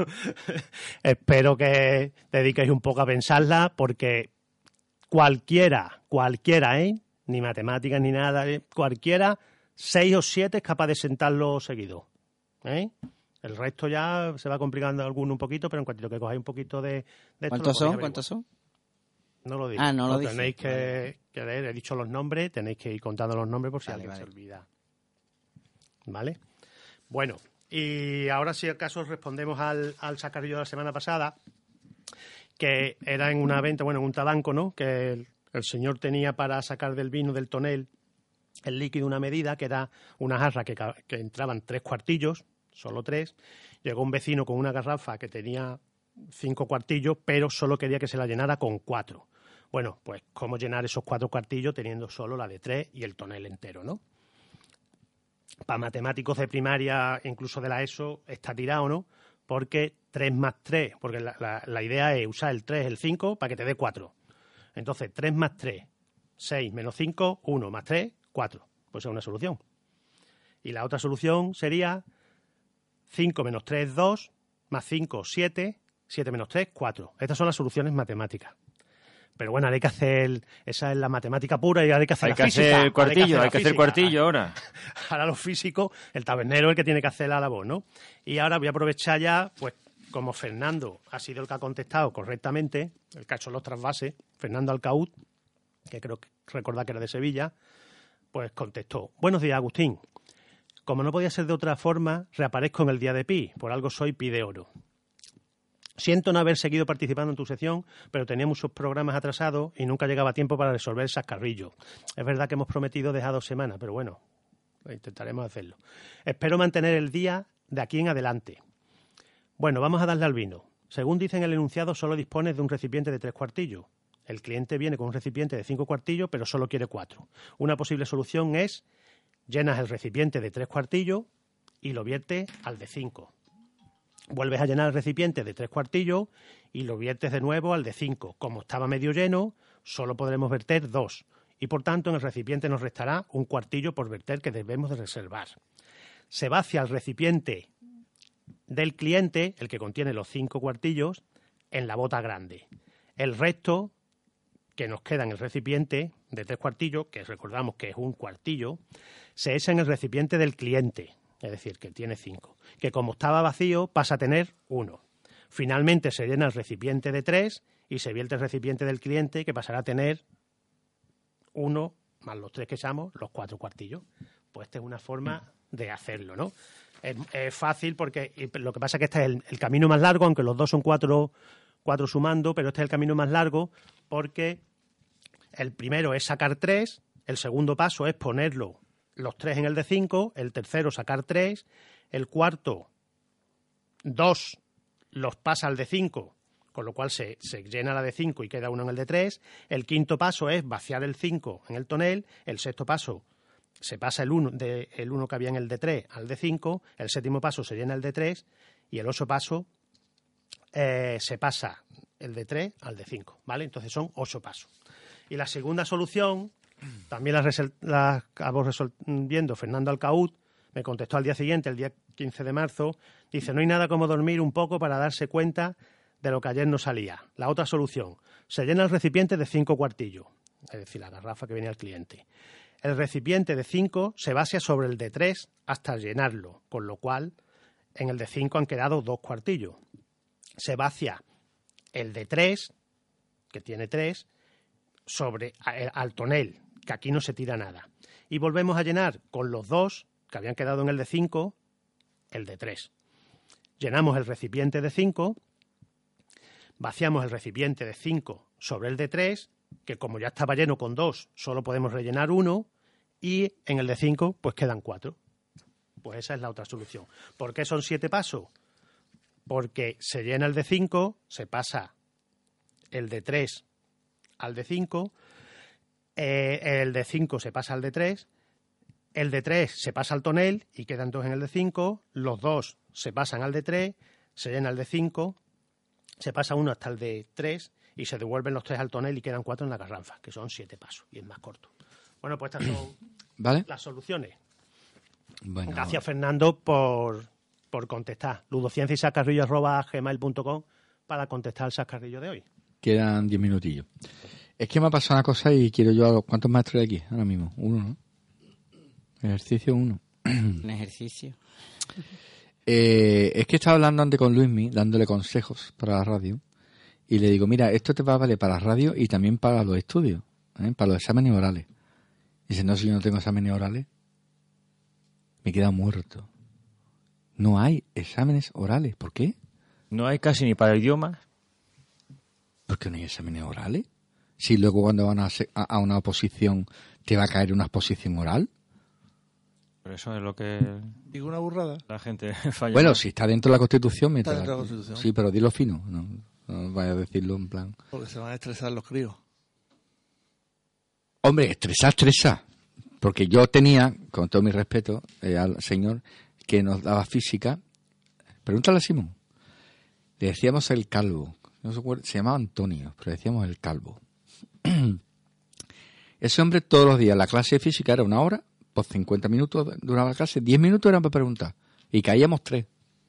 espero que dediquéis un poco a pensarla, porque cualquiera, ni matemáticas ni nada, cualquiera, 6 o 7 es capaz de sentarlo seguido, ¿eh? El resto ya se va complicando alguno un poquito, pero en cuanto que cojáis un poquito de esto... ¿Cuántos son? No lo digo. No lo dice. Tenéis que leer, he dicho los nombres, tenéis que ir contando los nombres por si alguien se olvida. ¿Vale? Bueno, y ahora si acaso respondemos al sacarillo de la semana pasada, que era en una venta, en un tabanco, ¿no? Que el señor tenía para sacar del vino del tonel el líquido una medida, que era una jarra que entraban 3 cuartillos, solo 3. Llegó un vecino con una garrafa que tenía 5 cuartillos, pero solo quería que se la llenara con 4. Bueno, pues cómo llenar esos 4 cuartillos teniendo solo la de 3 y el tonel entero, ¿no? Para matemáticos de primaria, incluso de la ESO, está tirado, ¿no? Porque 3 más 3, porque la idea es usar el 3, el 5, para que te dé 4. Entonces, 3 más 3, 6 menos 5, 1 más 3, 4. Pues es una solución. Y la otra solución sería 5 menos 3, 2, más 5, 7, 7 menos 3, 4. Estas son las soluciones matemáticas. Pero bueno, hay que hacer... Esa es la matemática pura y ahora hay que hacer la física. Hay que hacer cuartillo ahora. Ahora los físicos, el tabernero es el que tiene que hacer la labor, ¿no? Y ahora voy a aprovechar ya, pues como Fernando ha sido el que ha contestado correctamente, el que ha hecho los trasvases, Fernando Alcaud, que creo que recordar que era de Sevilla, pues contestó: buenos días, Agustín. Como no podía ser de otra forma, reaparezco en el día de Pi, por algo soy Pi de oro. Siento no haber seguido participando en tu sección, pero tenía muchos programas atrasados y nunca llegaba tiempo para resolver el chascarrillo. Es verdad que hemos prometido dejar 2 semanas, pero bueno, intentaremos hacerlo. Espero mantener el día de aquí en adelante. Bueno, vamos a darle al vino. Según dice en el enunciado, solo dispones de un recipiente de 3 cuartillos. El cliente viene con un recipiente de 5 cuartillos, pero solo quiere 4. Una posible solución es: llenas el recipiente de 3 cuartillos y lo viertes al de 5. Vuelves a llenar el recipiente de 3 cuartillos y lo viertes de nuevo al de 5. Como estaba medio lleno, solo podremos verter 2. Y por tanto, en el recipiente nos restará un cuartillo por verter que debemos de reservar. Se vacía el recipiente del cliente, el que contiene los 5 cuartillos, en la bota grande. El resto que nos queda en el recipiente de 3 cuartillos, que recordamos que es un cuartillo, se echa en el recipiente del cliente, es decir, que tiene 5, que como estaba vacío pasa a tener 1. Finalmente se llena el recipiente de 3 y se vierte el recipiente del cliente, que pasará a tener 1 más los 3 que echamos, los 4 cuartillos. Pues esta es una forma de hacerlo, ¿no? Es fácil porque lo que pasa es que este es el camino más largo, aunque los dos son 4 sumando, pero este es el camino más largo porque el primero es sacar 3, el segundo paso es ponerlo los 3 en el de 5, el tercero sacar 3, el cuarto 2 los pasa al de 5, con lo cual se llena la de 5 y queda uno en el de 3, el quinto paso es vaciar el 5 en el tonel, el sexto paso se pasa el 1 que había en el de 3 al de 5, el séptimo paso se llena el de 3 y el 8 paso se pasa el de 3 al de 5, ¿vale? Entonces son 8 pasos. Y la segunda solución, también la acabó resolviendo Fernando Alcaud, me contestó al día siguiente, el día 15 de marzo, dice, no hay nada como dormir un poco para darse cuenta de lo que ayer no salía. La otra solución, se llena el recipiente de 5 cuartillos, es decir, la garrafa que venía al cliente. El recipiente de 5 se vacía sobre el de 3 hasta llenarlo, con lo cual en el de 5 han quedado 2 cuartillos. Se vacía el de 3, que tiene 3, al tonel, que aquí no se tira nada. Y volvemos a llenar con los 2 que habían quedado en el de 5, el de 3. Llenamos el recipiente de 5, vaciamos el recipiente de 5 sobre el de 3, que como ya estaba lleno con 2, solo podemos rellenar 1, y en el de 5 pues quedan 4. Pues esa es la otra solución. ¿Por qué son 7 pasos? Porque se llena el de 5, se pasa el de 3 al de 5, el de 5 se pasa al de 3, el de 3 se pasa al tonel y quedan 2 en el de 5, los 2 se pasan al de 3, se llena el de 5, se pasa 1 hasta el de 3 y se devuelven los 3 al tonel y quedan 4 en la garrafa, que son 7 pasos y es más corto. Bueno, pues estas son las soluciones. Bueno, gracias, Fernando, por contestar. ludocienciasascarrillo@gmail.com para contestar el sascarrillo de hoy. Quedan 10 minutillos. Es que me ha pasado una cosa y quiero yo... ¿Cuántos maestros hay aquí ahora mismo? 1, ¿no? Ejercicio 1. Un ejercicio. Es que estaba hablando antes con Luismi, dándole consejos para la radio, y le digo, mira, esto te va a valer para la radio y también para los estudios, para los exámenes orales. Y dice, no, si yo no tengo exámenes orales, me queda muerto. No hay exámenes orales. ¿Por qué? No hay casi ni para idiomas. ¿Por qué no hay exámenes orales? Si luego cuando van a una oposición te va a caer una exposición oral. Pero eso es lo que... Digo una burrada. La gente falla. Bueno, si está dentro de la Constitución... Está dentro de la Constitución. Sí, pero dilo fino. No vaya a decirlo en plan... Porque se van a estresar los críos. Hombre, estresa. Porque yo tenía, con todo mi respeto al señor que nos daba física, pregúntale a Simón, le decíamos el calvo, no se llamaba Antonio, pero le decíamos el calvo. Ese hombre todos los días, la clase de física era 1 hora, por 50 minutos duraba la clase, 10 minutos eran para preguntar, y caíamos 3.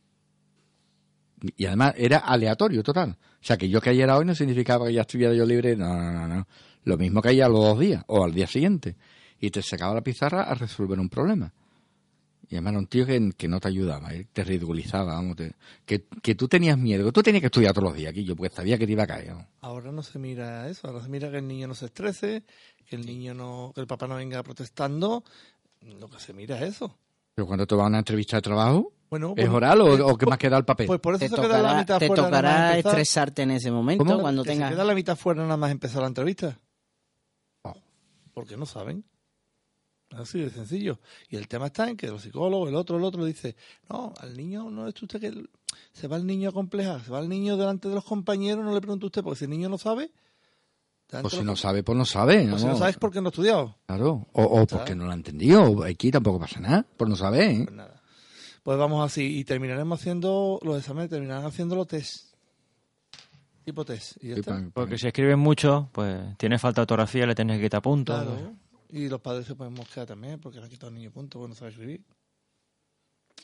Y además era aleatorio total. O sea, que yo cayera hoy no significaba que ya estuviera yo libre, no. Lo mismo caía a los 2 días, o al día siguiente. Y te sacaba la pizarra a resolver un problema. Y además era un tío que no te ayudaba, te ridiculizaba, vamos, que tú tenías miedo, que tú tenías que estudiar todos los días, Quillo, porque sabía que te iba a caer. ¿No? Ahora no se mira eso, ahora se mira que el niño no se estrese, que el papá no venga protestando, lo que se mira es eso. Pero cuando te vas a una entrevista de trabajo, bueno, ¿es oral o qué más queda el papel? Pues por eso te queda la mitad te fuera. Te tocará estresarte en ese momento. ¿Cómo? Cuando que tengas... se queda la mitad fuera nada más empezar la entrevista. Porque no saben. Así de sencillo. Y el tema está en que los psicólogos, el otro dice, no, al niño no es usted que se va el niño a complejar, se va el niño delante de los compañeros, no le pregunte usted, porque si el niño no sabe... Pues si no sabe, pues no sabe. Pues si no sabes, porque no ha estudiado. Claro, o porque no lo ha entendido. Aquí tampoco pasa nada, por no saber. Pues nada. Pues vamos así, y terminaremos haciendo los exámenes, terminarán haciendo los test. Tipo test. Y ya está. Porque si escriben mucho, pues tiene falta de ortografía, le tienes que quitar puntos. Claro. Y los padres se pueden mosquear también, porque le han quitado al niño puntos, porque no sabe escribir.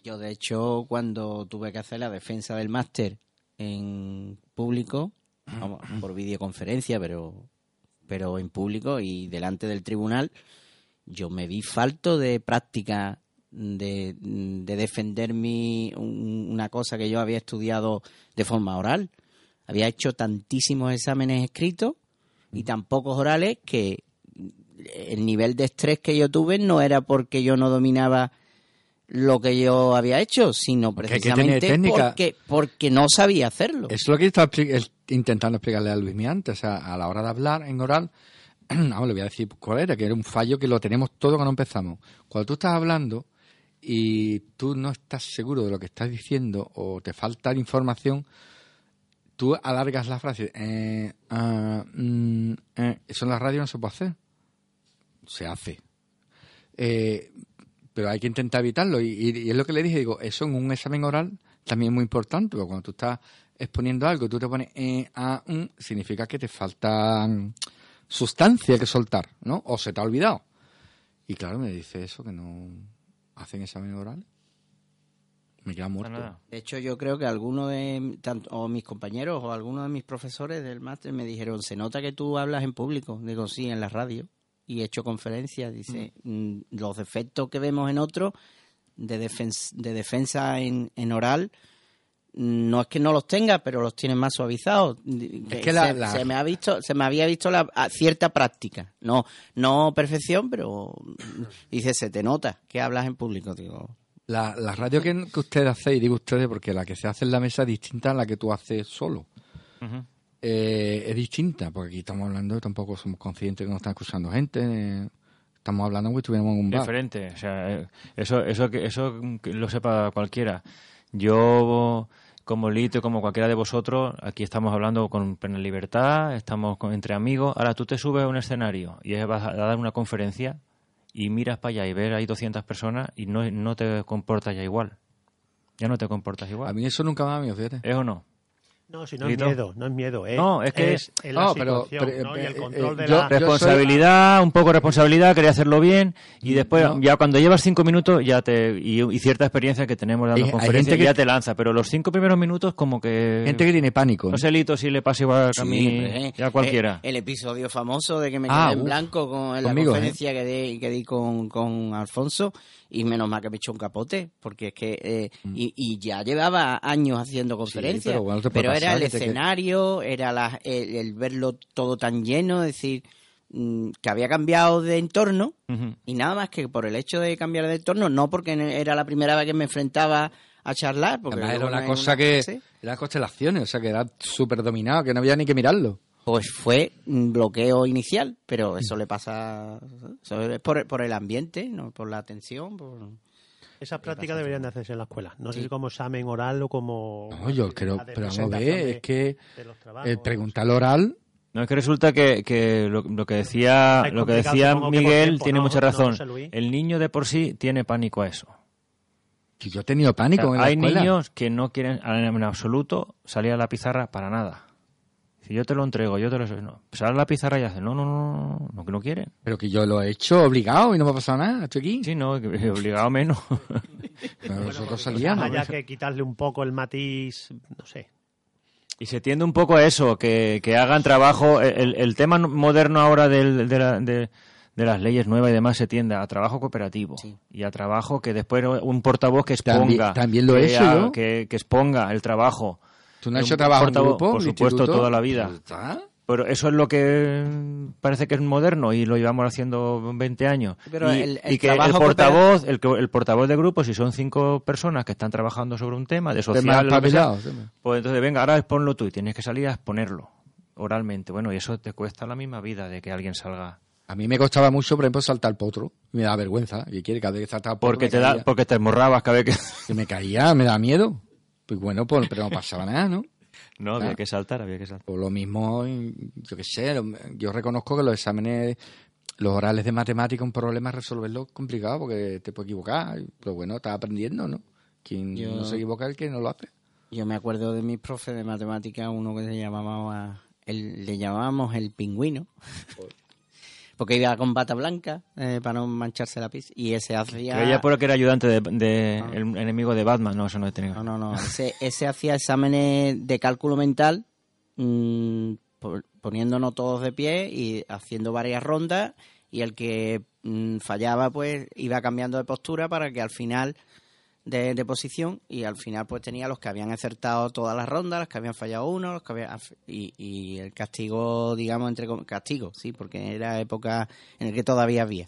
Yo, de hecho, cuando tuve que hacer la defensa del máster en público, vamos, por videoconferencia, pero en público y delante del tribunal, yo me vi falto de práctica de defender una cosa que yo había estudiado de forma oral. Había hecho tantísimos exámenes escritos y tan pocos orales que el nivel de estrés que yo tuve no era porque yo no dominaba lo que yo había hecho, sino precisamente porque no sabía hacerlo. Eso es lo que estaba intentando explicarle a Luismi antes. O sea, a la hora de hablar en oral, vamos, le voy a decir cuál era, que era un fallo que lo tenemos todo cuando empezamos. Cuando tú estás hablando y tú no estás seguro de lo que estás diciendo o te falta información, tú alargas la frase. Eso en la radio no se puede hacer. Se hace. Pero hay que intentar evitarlo. Y es lo que le dije, digo, eso en un examen oral también es muy importante, porque cuando tú estás exponiendo algo, tú te pones significa que te falta sustancia que soltar, ¿no? O se te ha olvidado. Y claro, me dice eso, que no hacen examen oral. Me queda muerto. De hecho, yo creo que algunos de o mis compañeros o algunos de mis profesores del máster me dijeron, se nota que tú hablas en público. Digo, sí, en la radio. Y he hecho conferencias. Dice, los defectos que vemos en otros de defensa en oral, no es que no los tenga, pero los tienen más suavizados. Es que se me había visto cierta práctica. No perfección, pero dice, se te nota que hablas en público, digo. La radio que ustedes hacéis, digo ustedes, porque la que se hace en la mesa es distinta a la que tú haces solo. Uh-huh. Es distinta, porque aquí estamos hablando, tampoco somos conscientes que nos están escuchando gente. Estamos hablando como si estuviéramos en un bar. Diferente, o sea, eso que lo sepa cualquiera. Yo, como Lito y como cualquiera de vosotros, aquí estamos hablando con plena libertad, estamos entre amigos. Ahora tú te subes a un escenario y vas a dar una conferencia y miras para allá y ves ahí 200 personas y no te comportas ya igual. Ya no te comportas igual. A mí eso nunca me da miedo, fíjate. ¿Es o no? No, si no es miedo, no es miedo. No, es que es la situación, ¿no? Y el control de la... Responsabilidad, un poco de responsabilidad, quería hacerlo bien y después, ya cuando llevas 5 minutos ya y cierta experiencia que tenemos dando conferencias ya te lanza, pero los 5 primeros minutos como que... Gente que tiene pánico. No sé, Lito, si le pasa igual a mí, ya a cualquiera. El episodio famoso de que me quedé en blanco en la conferencia que di con Alfonso, y menos mal que me echó un capote, porque es que... y ya llevaba años haciendo conferencias, sí, pero era el escenario, era el verlo todo tan lleno, es decir, que había cambiado de entorno, y nada más que por el hecho de cambiar de entorno, no porque era la primera vez que me enfrentaba a charlar, porque era una cosa que eran constelaciones, o sea que era súper dominado, que no había ni que mirarlo. Pues fue un bloqueo inicial, pero eso le pasa, eso es por el ambiente, no por la atención, Esas prácticas deberían de hacerse en la escuela. No sé si como examen oral o como... No, yo creo, pero vamos a ver, es que preguntar oral... No, es que resulta que lo que decía Miguel tiene mucha razón. El niño de por sí tiene pánico a eso. Yo he tenido pánico en la escuela. Hay niños que no quieren en absoluto salir a la pizarra para nada. Si yo te lo entrego, sale a la pizarra y hace, no, que no quieren. Pero que yo lo he hecho obligado y no me ha pasado nada, estoy aquí. Sí, no, obligado menos. Pero nosotros salíamos. Haya que quitarle un poco el matiz, no sé. Y se tiende un poco a eso, que hagan trabajo. El tema moderno ahora de las leyes nuevas y demás se tiende a trabajo cooperativo y a trabajo que después un portavoz que exponga. También lo he hecho yo. Que exponga el trabajo. ¿Tú no has hecho trabajo en grupo? Por supuesto, toda la vida. Pero eso es lo que parece que es moderno y lo llevamos haciendo 20 años. Pero y que el portavoz de grupo, si son 5 personas que están trabajando sobre un tema de social, pues entonces venga, ahora exponlo tú y tienes que salir a exponerlo oralmente. Bueno, y eso te cuesta la misma vida de que alguien salga. A mí me costaba mucho, por ejemplo, saltar potro. Me da vergüenza. Y quiere cada vez que saltaba potro porque te esmorrabas cada vez que me caía, me da miedo. Pues bueno, pero no pasaba nada, ¿no? No, había que saltar. Por lo mismo, yo qué sé, yo reconozco que los exámenes, los orales de matemática, un problema es resolverlo complicado porque te puedes equivocar. Pero bueno, estás aprendiendo, ¿no? Quien no se equivoca es el que no lo hace. Yo me acuerdo de mis profes de matemática, uno que le llamábamos el pingüino. porque iba con bata blanca para no mancharse la pizza. Y ese hacía... Creía por que era ayudante de el enemigo de Batman. No, eso no he tenido. No. Ese hacía exámenes de cálculo mental, poniéndonos todos de pie y haciendo varias rondas, y el que fallaba pues iba cambiando de postura para que al final... De posición, y al final pues tenía los que habían acertado todas las rondas, los que habían fallado uno, los que habían, y el castigo, digamos, castigo, sí, porque era época en la que todavía había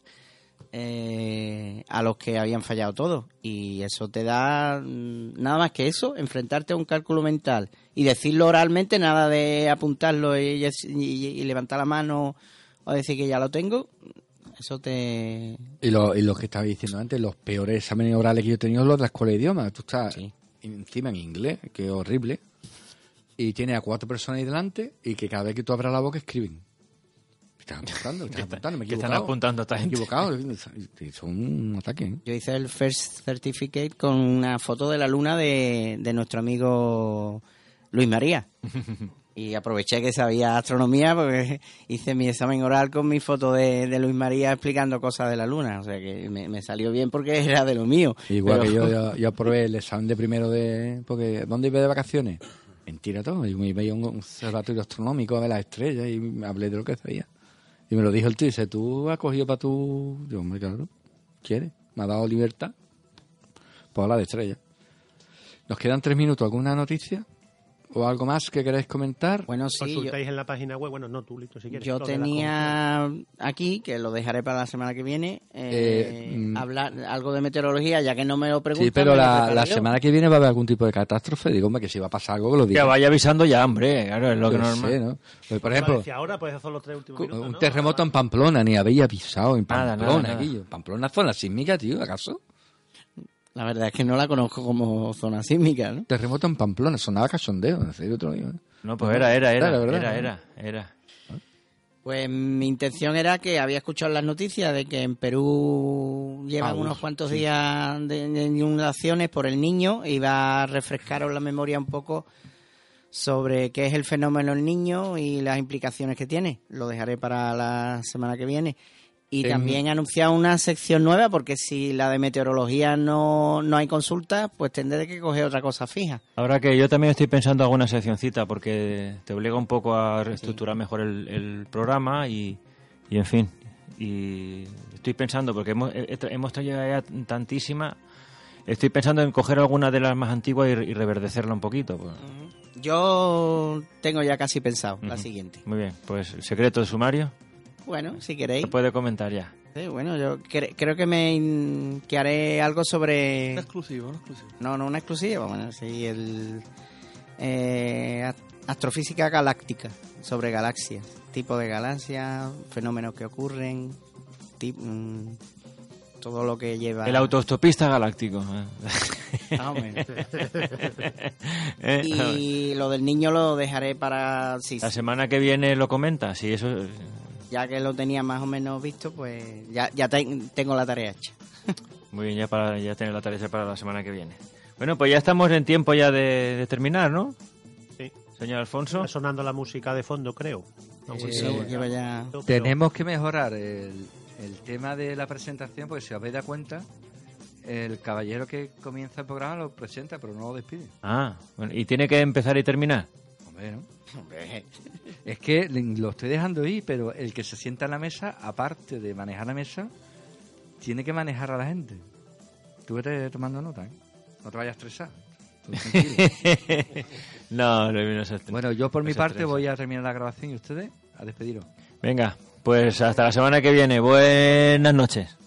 a los que habían fallado todos, y eso te da nada más que eso, enfrentarte a un cálculo mental y decirlo oralmente, nada de apuntarlo y levantar la mano o decir que ya lo tengo. Eso te... Y lo que estaba diciendo antes, los peores exámenes orales que yo he tenido son los de la escuela de idiomas. Tú estás encima en inglés, que es horrible, y tienes a 4 personas ahí delante y que cada vez que tú abras la boca escriben. Estás apuntando, me he equivocado. ¿Qué están apuntando esta gente? Me he equivocado. Son un ataque, ¿eh? Yo hice el First Certificate con una foto de la luna de nuestro amigo Luis María. Y aproveché que sabía astronomía porque hice mi examen oral con mi foto de Luis María explicando cosas de la luna. O sea que me salió bien porque era de lo mío. Igual pero... que yo aprobé el examen de primero porque ¿dónde iba de vacaciones? Mentira todo. Yo me iba a un observatorio astronómico a ver las estrellas y me hablé de lo que sabía. Y me lo dijo el tío, dice, ¿tú has cogido para tu...? Yo, hombre, claro, ¿quieres? Me ha dado libertad. Pues hablar de estrellas. Nos quedan 3 minutos. ¿Alguna noticia? ¿O algo más que queréis comentar? Bueno, sí. Consultáis en la página web. Bueno, no, tú, Lito, si quieres. Yo tenía aquí, que lo dejaré para la semana que viene, hablar algo de meteorología, ya que no me lo preguntan. Sí, pero la semana que viene va a haber algún tipo de catástrofe. Digo, hombre, que si va a pasar algo, que lo diga. Que vaya avisando ya, hombre. Claro, es lo que normal. Sé, ¿no? Pues, por ejemplo, ahora puedes hacer los 3 últimos minutos, un terremoto en Pamplona, ni había avisado en Pamplona. Nada. Pamplona es zona sísmica, tío, ¿acaso? La verdad es que no la conozco como zona sísmica, ¿no? Terremoto en Pamplona, sonaba cachondeo, en serio te lo digo. No, pues era. Pues mi intención era que había escuchado las noticias de que en Perú llevan unos cuantos días de inundaciones por el Niño, y iba a refrescaros la memoria un poco sobre qué es el fenómeno del Niño y las implicaciones que tiene. Lo dejaré para la semana que viene. Y también he anunciado una sección nueva, porque si la de meteorología no hay consulta, pues tendré que coger otra cosa fija. Ahora que yo también estoy pensando alguna seccioncita, porque te obliga un poco a reestructurar mejor el programa y en fin. Y estoy pensando, porque hemos traído ya tantísima, estoy pensando en coger alguna de las más antiguas y reverdecerla un poquito. Pues. Yo tengo ya casi pensado la siguiente. Muy bien, pues el secreto de sumario. Bueno, si queréis. Se puede comentar ya. Sí, bueno, yo creo que haré algo sobre... Una exclusiva. No una exclusiva. Bueno, sí, astrofísica galáctica, sobre galaxias. Tipo de galaxias, fenómenos que ocurren, todo lo que lleva... El autostopista galáctico. Y lo del Niño lo dejaré para... La semana que viene lo comenta, si eso... Ya que lo tenía más o menos visto, pues ya tengo la tarea hecha. Muy bien, ya tener la tarea hecha para la semana que viene. Bueno, pues ya estamos en tiempo ya de terminar, ¿no? Sí. Señor Alfonso. Está sonando la música de fondo, creo. Tenemos que mejorar el tema de la presentación, porque si os habéis dado cuenta, el caballero que comienza el programa lo presenta, pero no lo despide. Ah, bueno, ¿y tiene que empezar y terminar? Hombre, ¿no? Es que lo estoy dejando ir, pero el que se sienta en la mesa, aparte de manejar la mesa, tiene que manejar a la gente. Tú vete tomando nota, ¿eh? No te vayas a estresar. No Bueno, yo por mi parte voy a terminar la grabación y ustedes a despediros. Venga, pues hasta la semana que viene. Buenas noches.